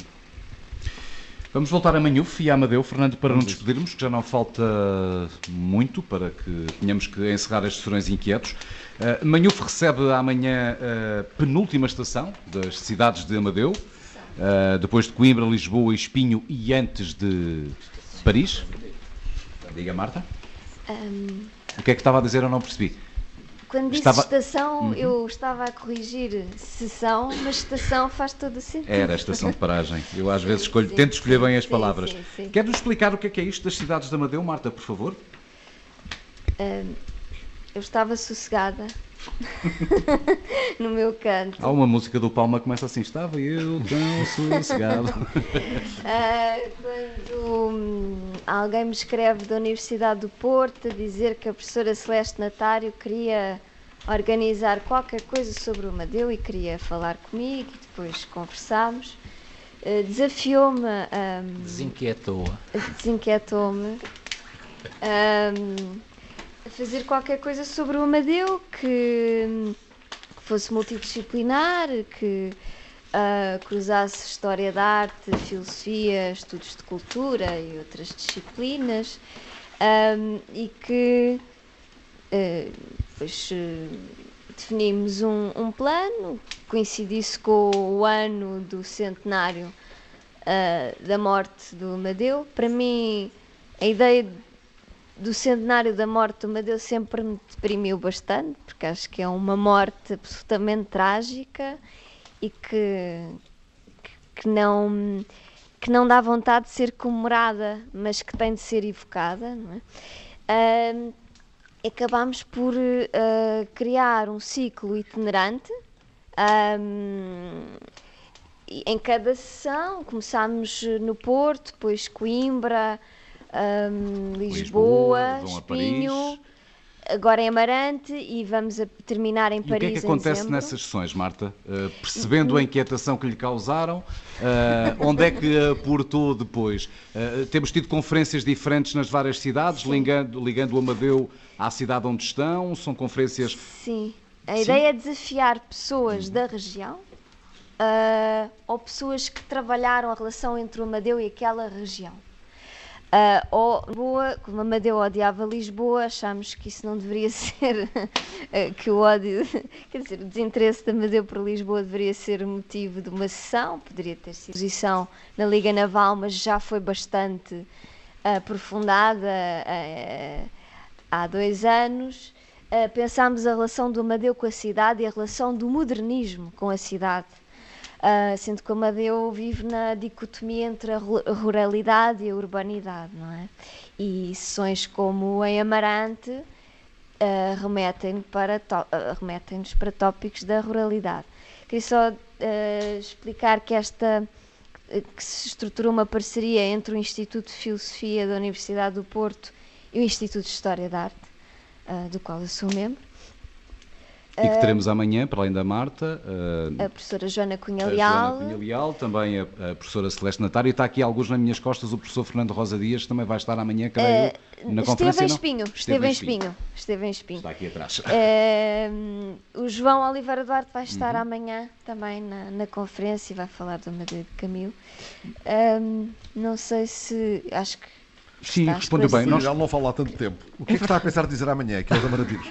Vamos voltar a Manhufe e a Amadeu, Fernando, para Vamos nos despedirmos, que já não falta muito para que tenhamos que encerrar estes serões inquietos. Uh, Manhufe recebe amanhã a penúltima estação das cidades de Amadeu, uh, depois de Coimbra, Lisboa, Espinho e antes de Paris. Diga, Marta. Um... O que é que estava a dizer? Eu não percebi. Quando disse estava... estação, uhum. eu estava a corrigir sessão, mas estação faz todo o sentido. Era a estação de paragem. Eu às vezes escolho, sim, tento escolher bem as sim, palavras. Sim, sim. Quer-nos explicar o que é que é isto das cidades de Amadeu, Marta, por favor? Um, eu estava sossegada no meu canto. Há uma música do Palma que começa assim: estava eu tão sossegado. uh, quando um, alguém me escreve da Universidade do Porto a dizer que a professora Celeste Natário queria organizar qualquer coisa sobre o Amadeu e queria falar comigo e depois conversámos, uh, desafiou-me um, desinquietou desinquietou-me um, a fazer qualquer coisa sobre o Amadeu que, que fosse multidisciplinar, que uh, cruzasse história da arte, filosofia, estudos de cultura e outras disciplinas, um, e que uh, depois uh, definimos um, um plano que coincidisse com o ano do centenário uh, da morte do Amadeu. Para mim, a ideia do centenário da morte do Amadeu sempre me deprimiu bastante, porque acho que é uma morte absolutamente trágica e que, que, não, que não dá vontade de ser comemorada, mas que tem de ser evocada, não é? Uh, acabámos por uh, criar um ciclo itinerante. Um, em cada sessão, começámos no Porto, depois Coimbra, um, Lisboa, Lisboa Espinho, agora em Amarante e vamos a terminar em e Paris. O que é que acontece dezembro. nessas sessões, Marta? Uh, percebendo a inquietação que lhe causaram, uh, onde é que aportou depois? Uh, temos tido conferências diferentes nas várias cidades, ligando, ligando o Amadeu à cidade onde estão? São conferências... Sim. A Sim. ideia é desafiar pessoas da região uh, ou pessoas que trabalharam a relação entre o Amadeu e aquela região. Uh, ou Lisboa, como Amadeu odiava Lisboa, achámos que isso não deveria ser, uh, que o ódio, quer dizer, o desinteresse de Amadeu por Lisboa deveria ser motivo de uma sessão, poderia ter sido posição na Liga Naval, mas já foi bastante uh, aprofundada uh, há dois anos. Uh, pensámos a relação do Amadeu com a cidade e a relação do modernismo com a cidade. Uh, sendo que o Amadeu vive na dicotomia entre a ruralidade e a urbanidade, não é? E sessões como em Amarante uh, remetem-nos para, uh, remetem para tópicos da ruralidade. Queria só uh, explicar que esta que se estruturou uma parceria entre o Instituto de Filosofia da Universidade do Porto e o Instituto de História da Arte, uh, do qual eu sou membro. E que teremos amanhã, para além da Marta, a professora Joana Cunha a Leal, Joana Cunha Leal, também a, a professora Celeste Natário, e está aqui alguns nas minhas costas, o professor Fernando Rosa Dias, que também vai estar amanhã, creio, uh, na conferência. Esteve em Espinho, esteve, esteve em Espinho. Espinho, esteve em Espinho. Está aqui atrás. Uh, o João Oliveira Duarte vai estar uhum. amanhã também na, na conferência e vai falar do Amadeu de Camilo. Uh, não sei se, acho que Sim, respondeu bem. Nós... Ele não fala há tanto tempo. O que é que está a pensar dizer amanhã, que é os Amaravilhos?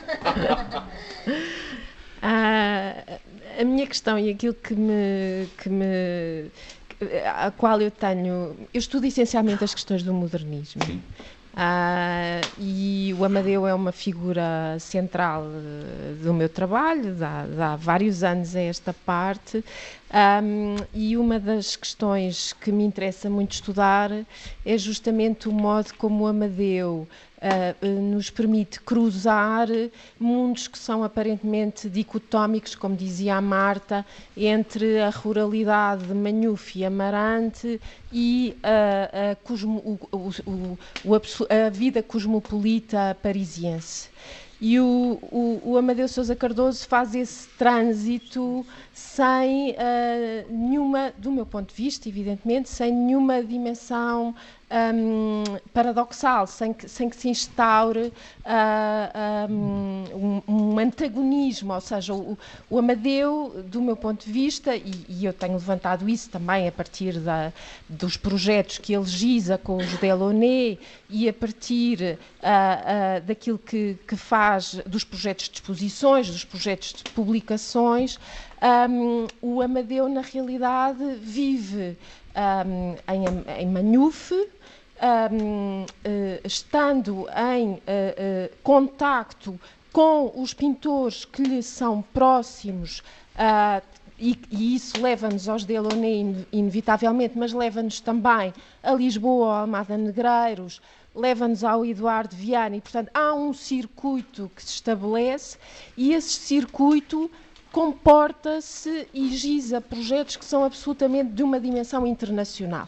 Ah, a minha questão e aquilo que me, que me a qual eu tenho, eu estudo essencialmente as questões do modernismo. Sim. Ah, e o Amadeu é uma figura central do meu trabalho, dá, dá vários anos a esta parte, um, e uma das questões que me interessa muito estudar é justamente o modo como o Amadeu Uh, nos permite cruzar mundos que são aparentemente dicotómicos, como dizia a Marta, entre a ruralidade de Manhufe e Amarante e uh, a, cosmo, o, o, o, a vida cosmopolita parisiense. E o, o, o Amadeu Sousa Cardoso faz esse trânsito sem uh, nenhuma, do meu ponto de vista, evidentemente, sem nenhuma dimensão um, paradoxal, sem que, sem que se instaure uh, um, um antagonismo, ou seja, o, o Amadeu, do meu ponto de vista, e, e eu tenho levantado isso também a partir da, dos projetos que ele giza com os Delaunay e a partir uh, uh, daquilo que, que faz, dos projetos de exposições, dos projetos de publicações, um, o Amadeu, na realidade, vive um, em, em Manhufe, um, uh, estando em uh, uh, contacto com os pintores que lhe são próximos, uh, e, e isso leva-nos aos Delaunay, inevitavelmente, mas leva-nos também a Lisboa, ao Almada Negreiros, leva-nos ao Eduardo Viana, e, portanto, há um circuito que se estabelece, e esse circuito comporta-se e giza projetos que são absolutamente de uma dimensão internacional.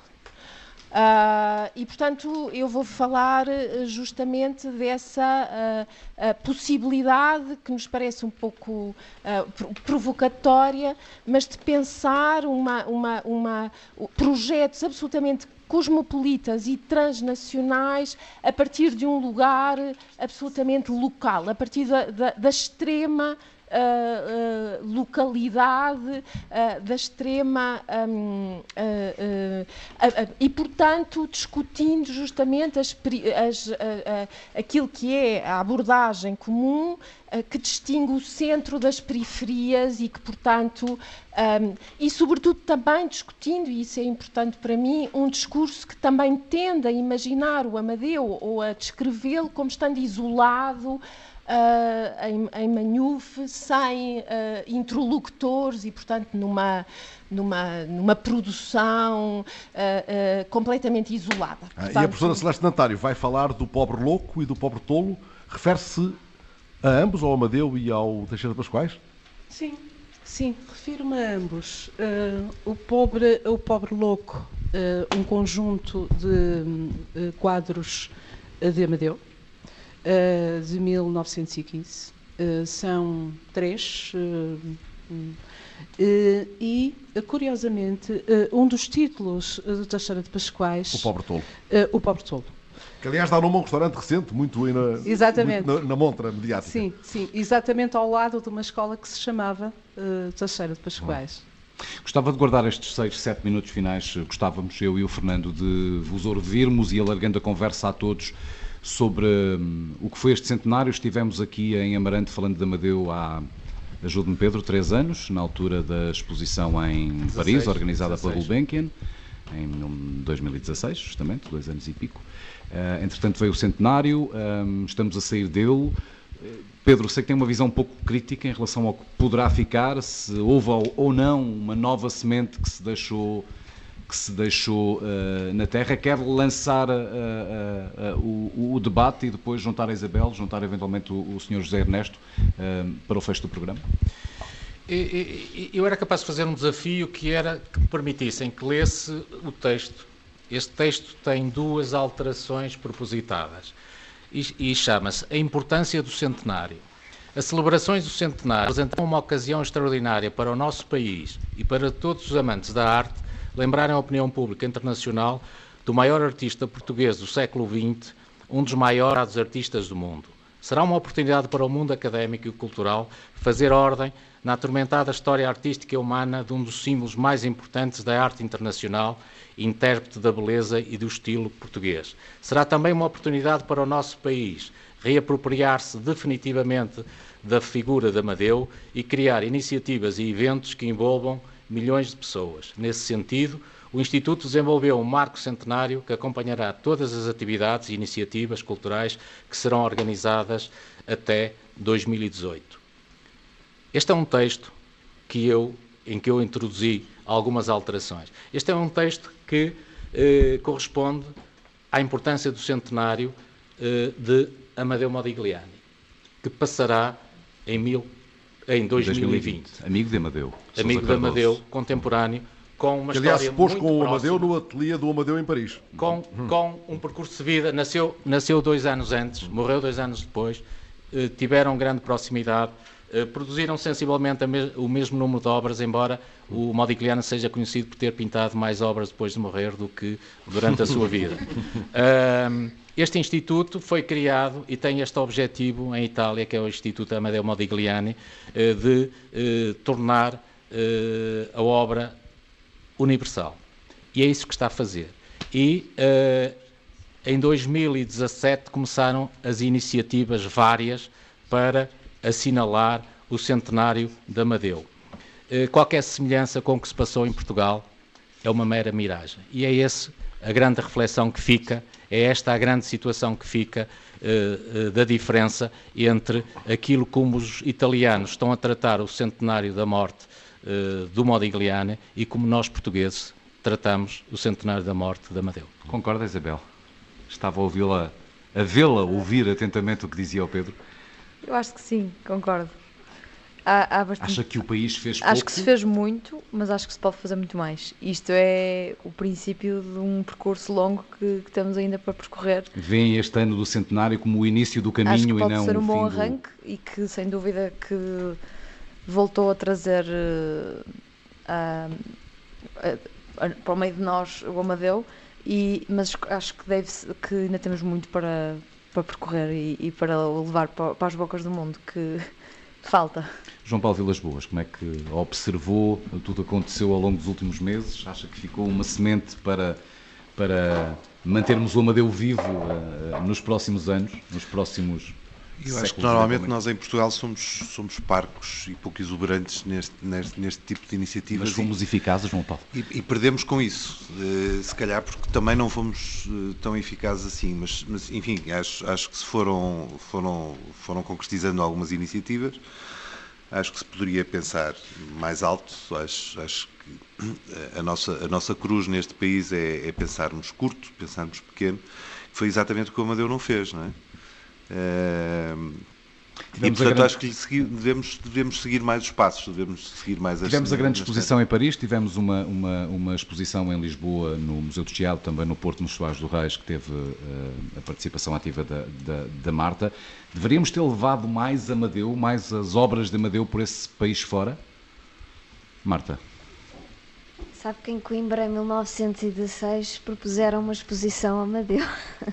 Uh, e, portanto, eu vou falar justamente dessa uh, uh, possibilidade que nos parece um pouco uh, provocatória, mas de pensar uma, uma, uma, projetos absolutamente cosmopolitas e transnacionais a partir de um lugar absolutamente local, a partir da, da, da extrema Uh, uh, localidade, uh, da extrema um, uh, uh, uh, uh, e, portanto, discutindo justamente as, as, uh, uh, aquilo que é a abordagem comum uh, que distingue o centro das periferias e que, portanto, um, e sobretudo também discutindo, e isso é importante para mim, um discurso que também tende a imaginar o Amadeu ou a descrevê-lo como estando isolado Uh, em, em Manhufe, sem uh, interlocutores e, portanto, numa, numa, numa produção uh, uh, completamente isolada. Ah, Portanto, e a professora Celeste Natário vai falar do pobre louco e do pobre tolo, refere-se A ambos, ao Amadeu e ao Teixeira de Pascoais? Sim, sim, refiro-me a ambos. Uh, o, pobre, o Pobre Louco, uh, um conjunto de uh, quadros de Amadeu, uh, de mil novecentos e quinze. Uh, são três. Uh, uh, e, curiosamente, uh, um dos títulos do Teixeira de Pascoais... O Pobre Tolo. Uh, o Pobre Tolo. Que, aliás, dá nome a um restaurante recente, muito aí na, exatamente. Muito na, na montra mediática. Sim, sim, exatamente ao lado de uma escola que se chamava uh, Teixeira de Pascoais. Hum. Gostava de guardar estes seis, sete minutos finais, gostávamos, eu e o Fernando, de vos ouvirmos e alargando a conversa a todos sobre um, o que foi este centenário. Estivemos aqui em Amarante falando de Amadeu há, ajude-me Pedro, três anos, na altura da exposição em dezasseis, Paris, organizada dezasseis. Pela Gulbenkian, em dois mil e dezasseis, justamente, dois anos e pico. Uh, entretanto veio o centenário, um, estamos a sair dele. Uh, Pedro, sei que tem uma visão um pouco crítica em relação ao que poderá ficar, se houve ou não uma nova semente que se deixou, que se deixou uh, na terra. Quer lançar uh, uh, uh, o, o debate e depois juntar a Isabel, juntar eventualmente o, o senhor José Ernesto uh, para o fecho do programa? Eu era capaz de fazer um desafio que era que me permitissem que lesse o texto. Este texto tem duas alterações propositadas e, e chama-se A Importância do Centenário. As celebrações do centenário representam uma ocasião extraordinária para o nosso país e para todos os amantes da arte lembrarem a opinião pública internacional do maior artista português do século vinte, um dos maiores artistas do mundo. Será uma oportunidade para o mundo académico e cultural fazer ordem na atormentada história artística e humana de um dos símbolos mais importantes da arte internacional, intérprete da beleza e do estilo português. Será também uma oportunidade para o nosso país reapropriar-se definitivamente da figura de Amadeu e criar iniciativas e eventos que envolvam milhões de pessoas. Nesse sentido, o Instituto desenvolveu um marco centenário que acompanhará todas as atividades e iniciativas culturais que serão organizadas até dois mil e dezoito. Este é um texto que eu, em que eu introduzi algumas alterações. Este é um texto que eh, corresponde à importância do centenário eh, de Amadeu Modigliani, que passará em, mil, em dois mil e vinte. Amigo de Amadeu. Amigo de Amadeu, contemporâneo, com uma que, aliás, história se pôs muito com o próxima, Amadeu no ateliê do Amadeu em Paris. Com, hum. com um percurso de vida. Nasceu, nasceu dois anos antes, morreu dois anos depois, eh, tiveram grande proximidade, eh, produziram sensivelmente me, o mesmo número de obras, embora o Modigliani seja conhecido por ter pintado mais obras depois de morrer do que durante a sua vida. um, Este instituto foi criado e tem este objetivo em Itália, que é o Instituto Amadeu Modigliani, de eh, tornar eh, a obra universal. E é isso que está a fazer. E eh, em dois mil e dezassete começaram as iniciativas várias para assinalar o centenário de Amadeu. Eh, qualquer semelhança com o que se passou em Portugal é uma mera miragem. E é esse a grande reflexão que fica, é esta a grande situação que fica uh, uh, da diferença entre aquilo como os italianos estão a tratar o centenário da morte uh, do Modigliani e como nós portugueses tratamos o centenário da morte de Amadeu. Concorda, Isabel? Estava a ouvi-la, a vê-la ouvir atentamente o que dizia o Pedro. Eu acho que sim, concordo. Há, há bastante... Acha que o país fez pouco? Acho que se fez muito, mas acho que se pode fazer muito mais. Isto é o princípio de um percurso longo que, que temos ainda para percorrer. Vêem este ano do centenário como o início do caminho acho que pode e não ser um o bom fim arranque do... e que, sem dúvida, que voltou a trazer uh, a, a, a, para o meio de nós o Amadeu, e, mas acho que, deve, que ainda temos muito para, para percorrer e, e para levar para, para as bocas do mundo, que falta. João Paulo Vilas Boas, como é que observou tudo o que aconteceu ao longo dos últimos meses? Acha que ficou uma semente para, para mantermos o Amadeu vivo uh, nos próximos anos, nos próximos Eu acho que normalmente nós em Portugal somos, somos parcos e pouco exuberantes neste, neste, neste tipo de iniciativas. Mas fomos e, eficazes, João Paulo. E, e perdemos com isso, uh, se calhar porque também não fomos uh, tão eficazes assim, mas, mas enfim, acho, acho que se foram, foram, foram concretizando algumas iniciativas. Acho que se poderia pensar mais alto. Acho, acho que a nossa, a nossa cruz neste país é, é pensarmos curto, pensarmos pequeno. Foi exatamente o que o Amadeu não fez, não é? Uh, E, portanto, acho que segui, devemos, devemos seguir mais os passos, devemos seguir mais as... Tivemos a grande exposição em Paris, tivemos uma, uma, uma exposição em Lisboa, no Museu do Chiado, também no Porto, nos Soares do Reis, que teve uh, a participação ativa da, da, da Marta. Deveríamos ter levado mais Amadeu, mais as obras de Amadeu por esse país fora? Marta? Sabe que em Coimbra, em mil novecentos e dezasseis, propuseram uma exposição a Amadeu.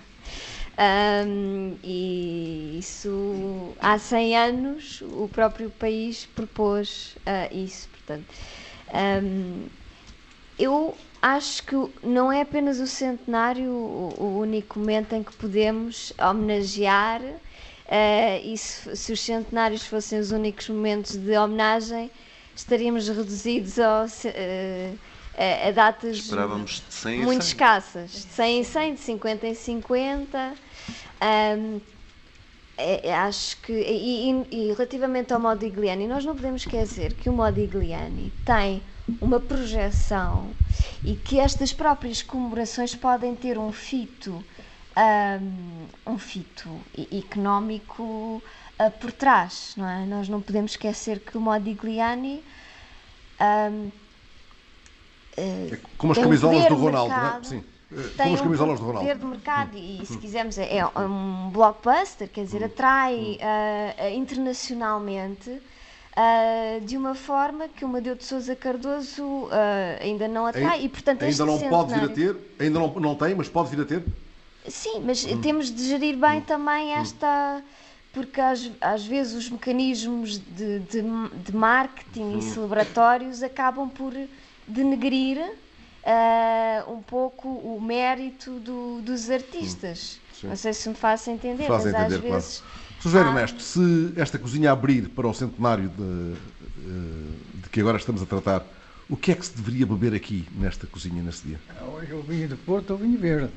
Um, e isso há cem anos o próprio país propôs uh, isso, portanto um, eu acho que não é apenas o centenário o, o único momento em que podemos homenagear uh, e se, se os centenários fossem os únicos momentos de homenagem estaríamos reduzidos ao, uh, a, a datas Esperávamos de cem muito cem. escassas, de cem em cem, de cinquenta em cinquenta. Um, é, é, acho que e, e, e relativamente ao Modigliani, nós não podemos esquecer que o Modigliani tem uma projeção e que estas próprias comemorações podem ter um fito um, um fito económico uh, por trás, não é? Nós não podemos esquecer que o Modigliani um, é como as camisolas do Ronaldo, não é? Sim. Tem como as camisolas um do Ronaldo. poder de mercado e, se quisermos, é, é um blockbuster, quer dizer, atrai uh, internacionalmente uh, de uma forma que o Amadeu de Sousa Cardoso uh, ainda não atrai. Ainda, e, portanto, ainda não centenário... pode vir a ter, ainda não, não tem, mas pode vir a ter? Sim, mas hum. temos de gerir bem hum. também esta... Porque às, às vezes os mecanismos de, de, de marketing hum. e celebratórios acabam por denegrir Uh, um pouco o mérito do, dos artistas. Sim. Não sei se me faço entender, Faz mas entender, às claro. vezes... Sugere, há... Ernesto, se esta cozinha abrir para o centenário de, de que agora estamos a tratar, o que é que se deveria beber aqui, nesta cozinha, nesse dia? Hoje eu vinho de Porto, eu vinho verde.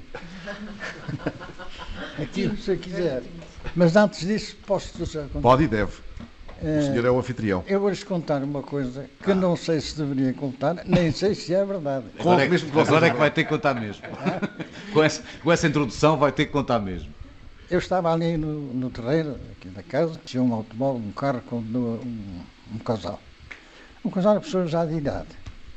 Aquilo, se quiser. Mas antes disso, posso... Pode e deve. O senhor é o anfitrião. Eu vou-lhes contar uma coisa que ah. não sei se deveria contar, nem sei se é verdade. Agora é, mesmo que, agora é que vai ter que contar mesmo. Ah? com, essa, com essa introdução vai ter que contar mesmo. Eu estava ali no, no terreiro, aqui da casa, tinha um automóvel, um carro com um, um casal. Um casal de pessoas já de idade.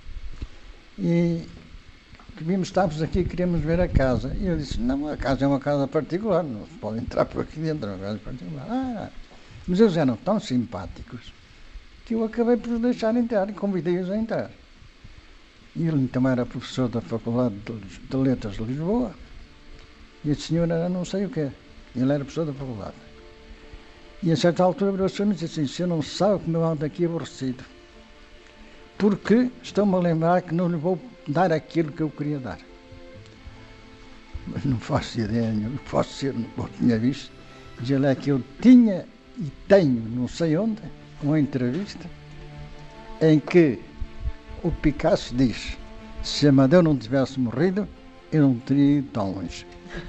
E vimos, estávamos aqui e queríamos ver a casa. E eu disse, não, a casa é uma casa particular, não se pode entrar por aqui dentro, é uma casa particular. Ah, mas eles eram tão simpáticos que eu acabei por os deixar entrar e convidei-os a entrar. E ele então era professor da Faculdade de Letras de Lisboa e a senhora era não sei o quê. Ele era professor da faculdade. E a certa altura virou-se e disse assim, o senhor não sabe como eu ando aqui aborrecido. Porque estou-me a lembrar que não lhe vou dar aquilo que eu queria dar. Mas não faço ideia nenhuma, posso ser, não tinha visto. Diz ele é que eu tinha e tenho, não sei onde, uma entrevista em que o Picasso diz: se Amadeu não tivesse morrido, eu não teria ido tão longe.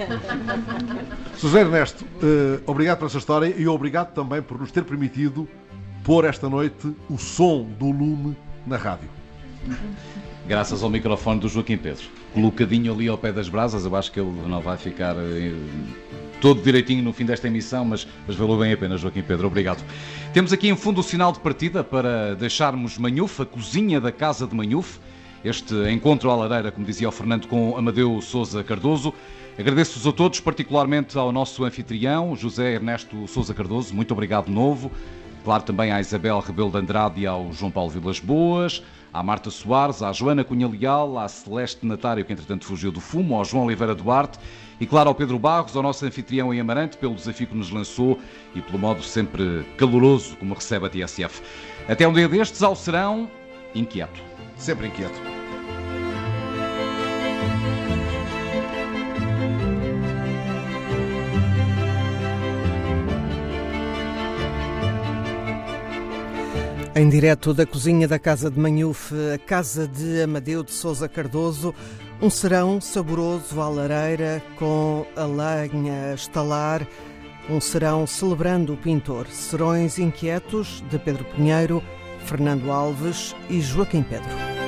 José Ernesto, uh, obrigado por essa história e obrigado também por nos ter permitido pôr esta noite o som do lume na rádio. Graças ao microfone do Joaquim Pedro, colocadinho ali ao pé das brasas. Eu acho que ele não vai ficar todo direitinho no fim desta emissão, mas, mas valeu bem a pena, Joaquim Pedro, obrigado. Temos aqui em fundo o sinal de partida para deixarmos Manhufe, a cozinha da Casa de Manhufe, este encontro à lareira, como dizia o Fernando, com Amadeu Sousa Cardoso. Agradeço-vos a todos, particularmente ao nosso anfitrião, José Ernesto Sousa Cardoso, muito obrigado de novo. Claro, também à Isabel Rebelo de Andrade e ao João Paulo Vilas Boas, à Marta Soares, à Joana Cunha Leal, à Celeste Natário, que entretanto fugiu do fumo, ao João Oliveira Duarte e, claro, ao Pedro Barros, ao nosso anfitrião em Amarante, pelo desafio que nos lançou e pelo modo sempre caloroso como recebe a T S F. Até um dia destes, ao Serão, inquieto. Sempre inquieto. Em direto da cozinha da Casa de Manhufe, a casa de Amadeu de Sousa Cardoso, um serão saboroso à lareira com a lenha a estalar, um serão celebrando o pintor. Serões inquietos de Pedro Pinheiro, Fernando Alves e Joaquim Pedro.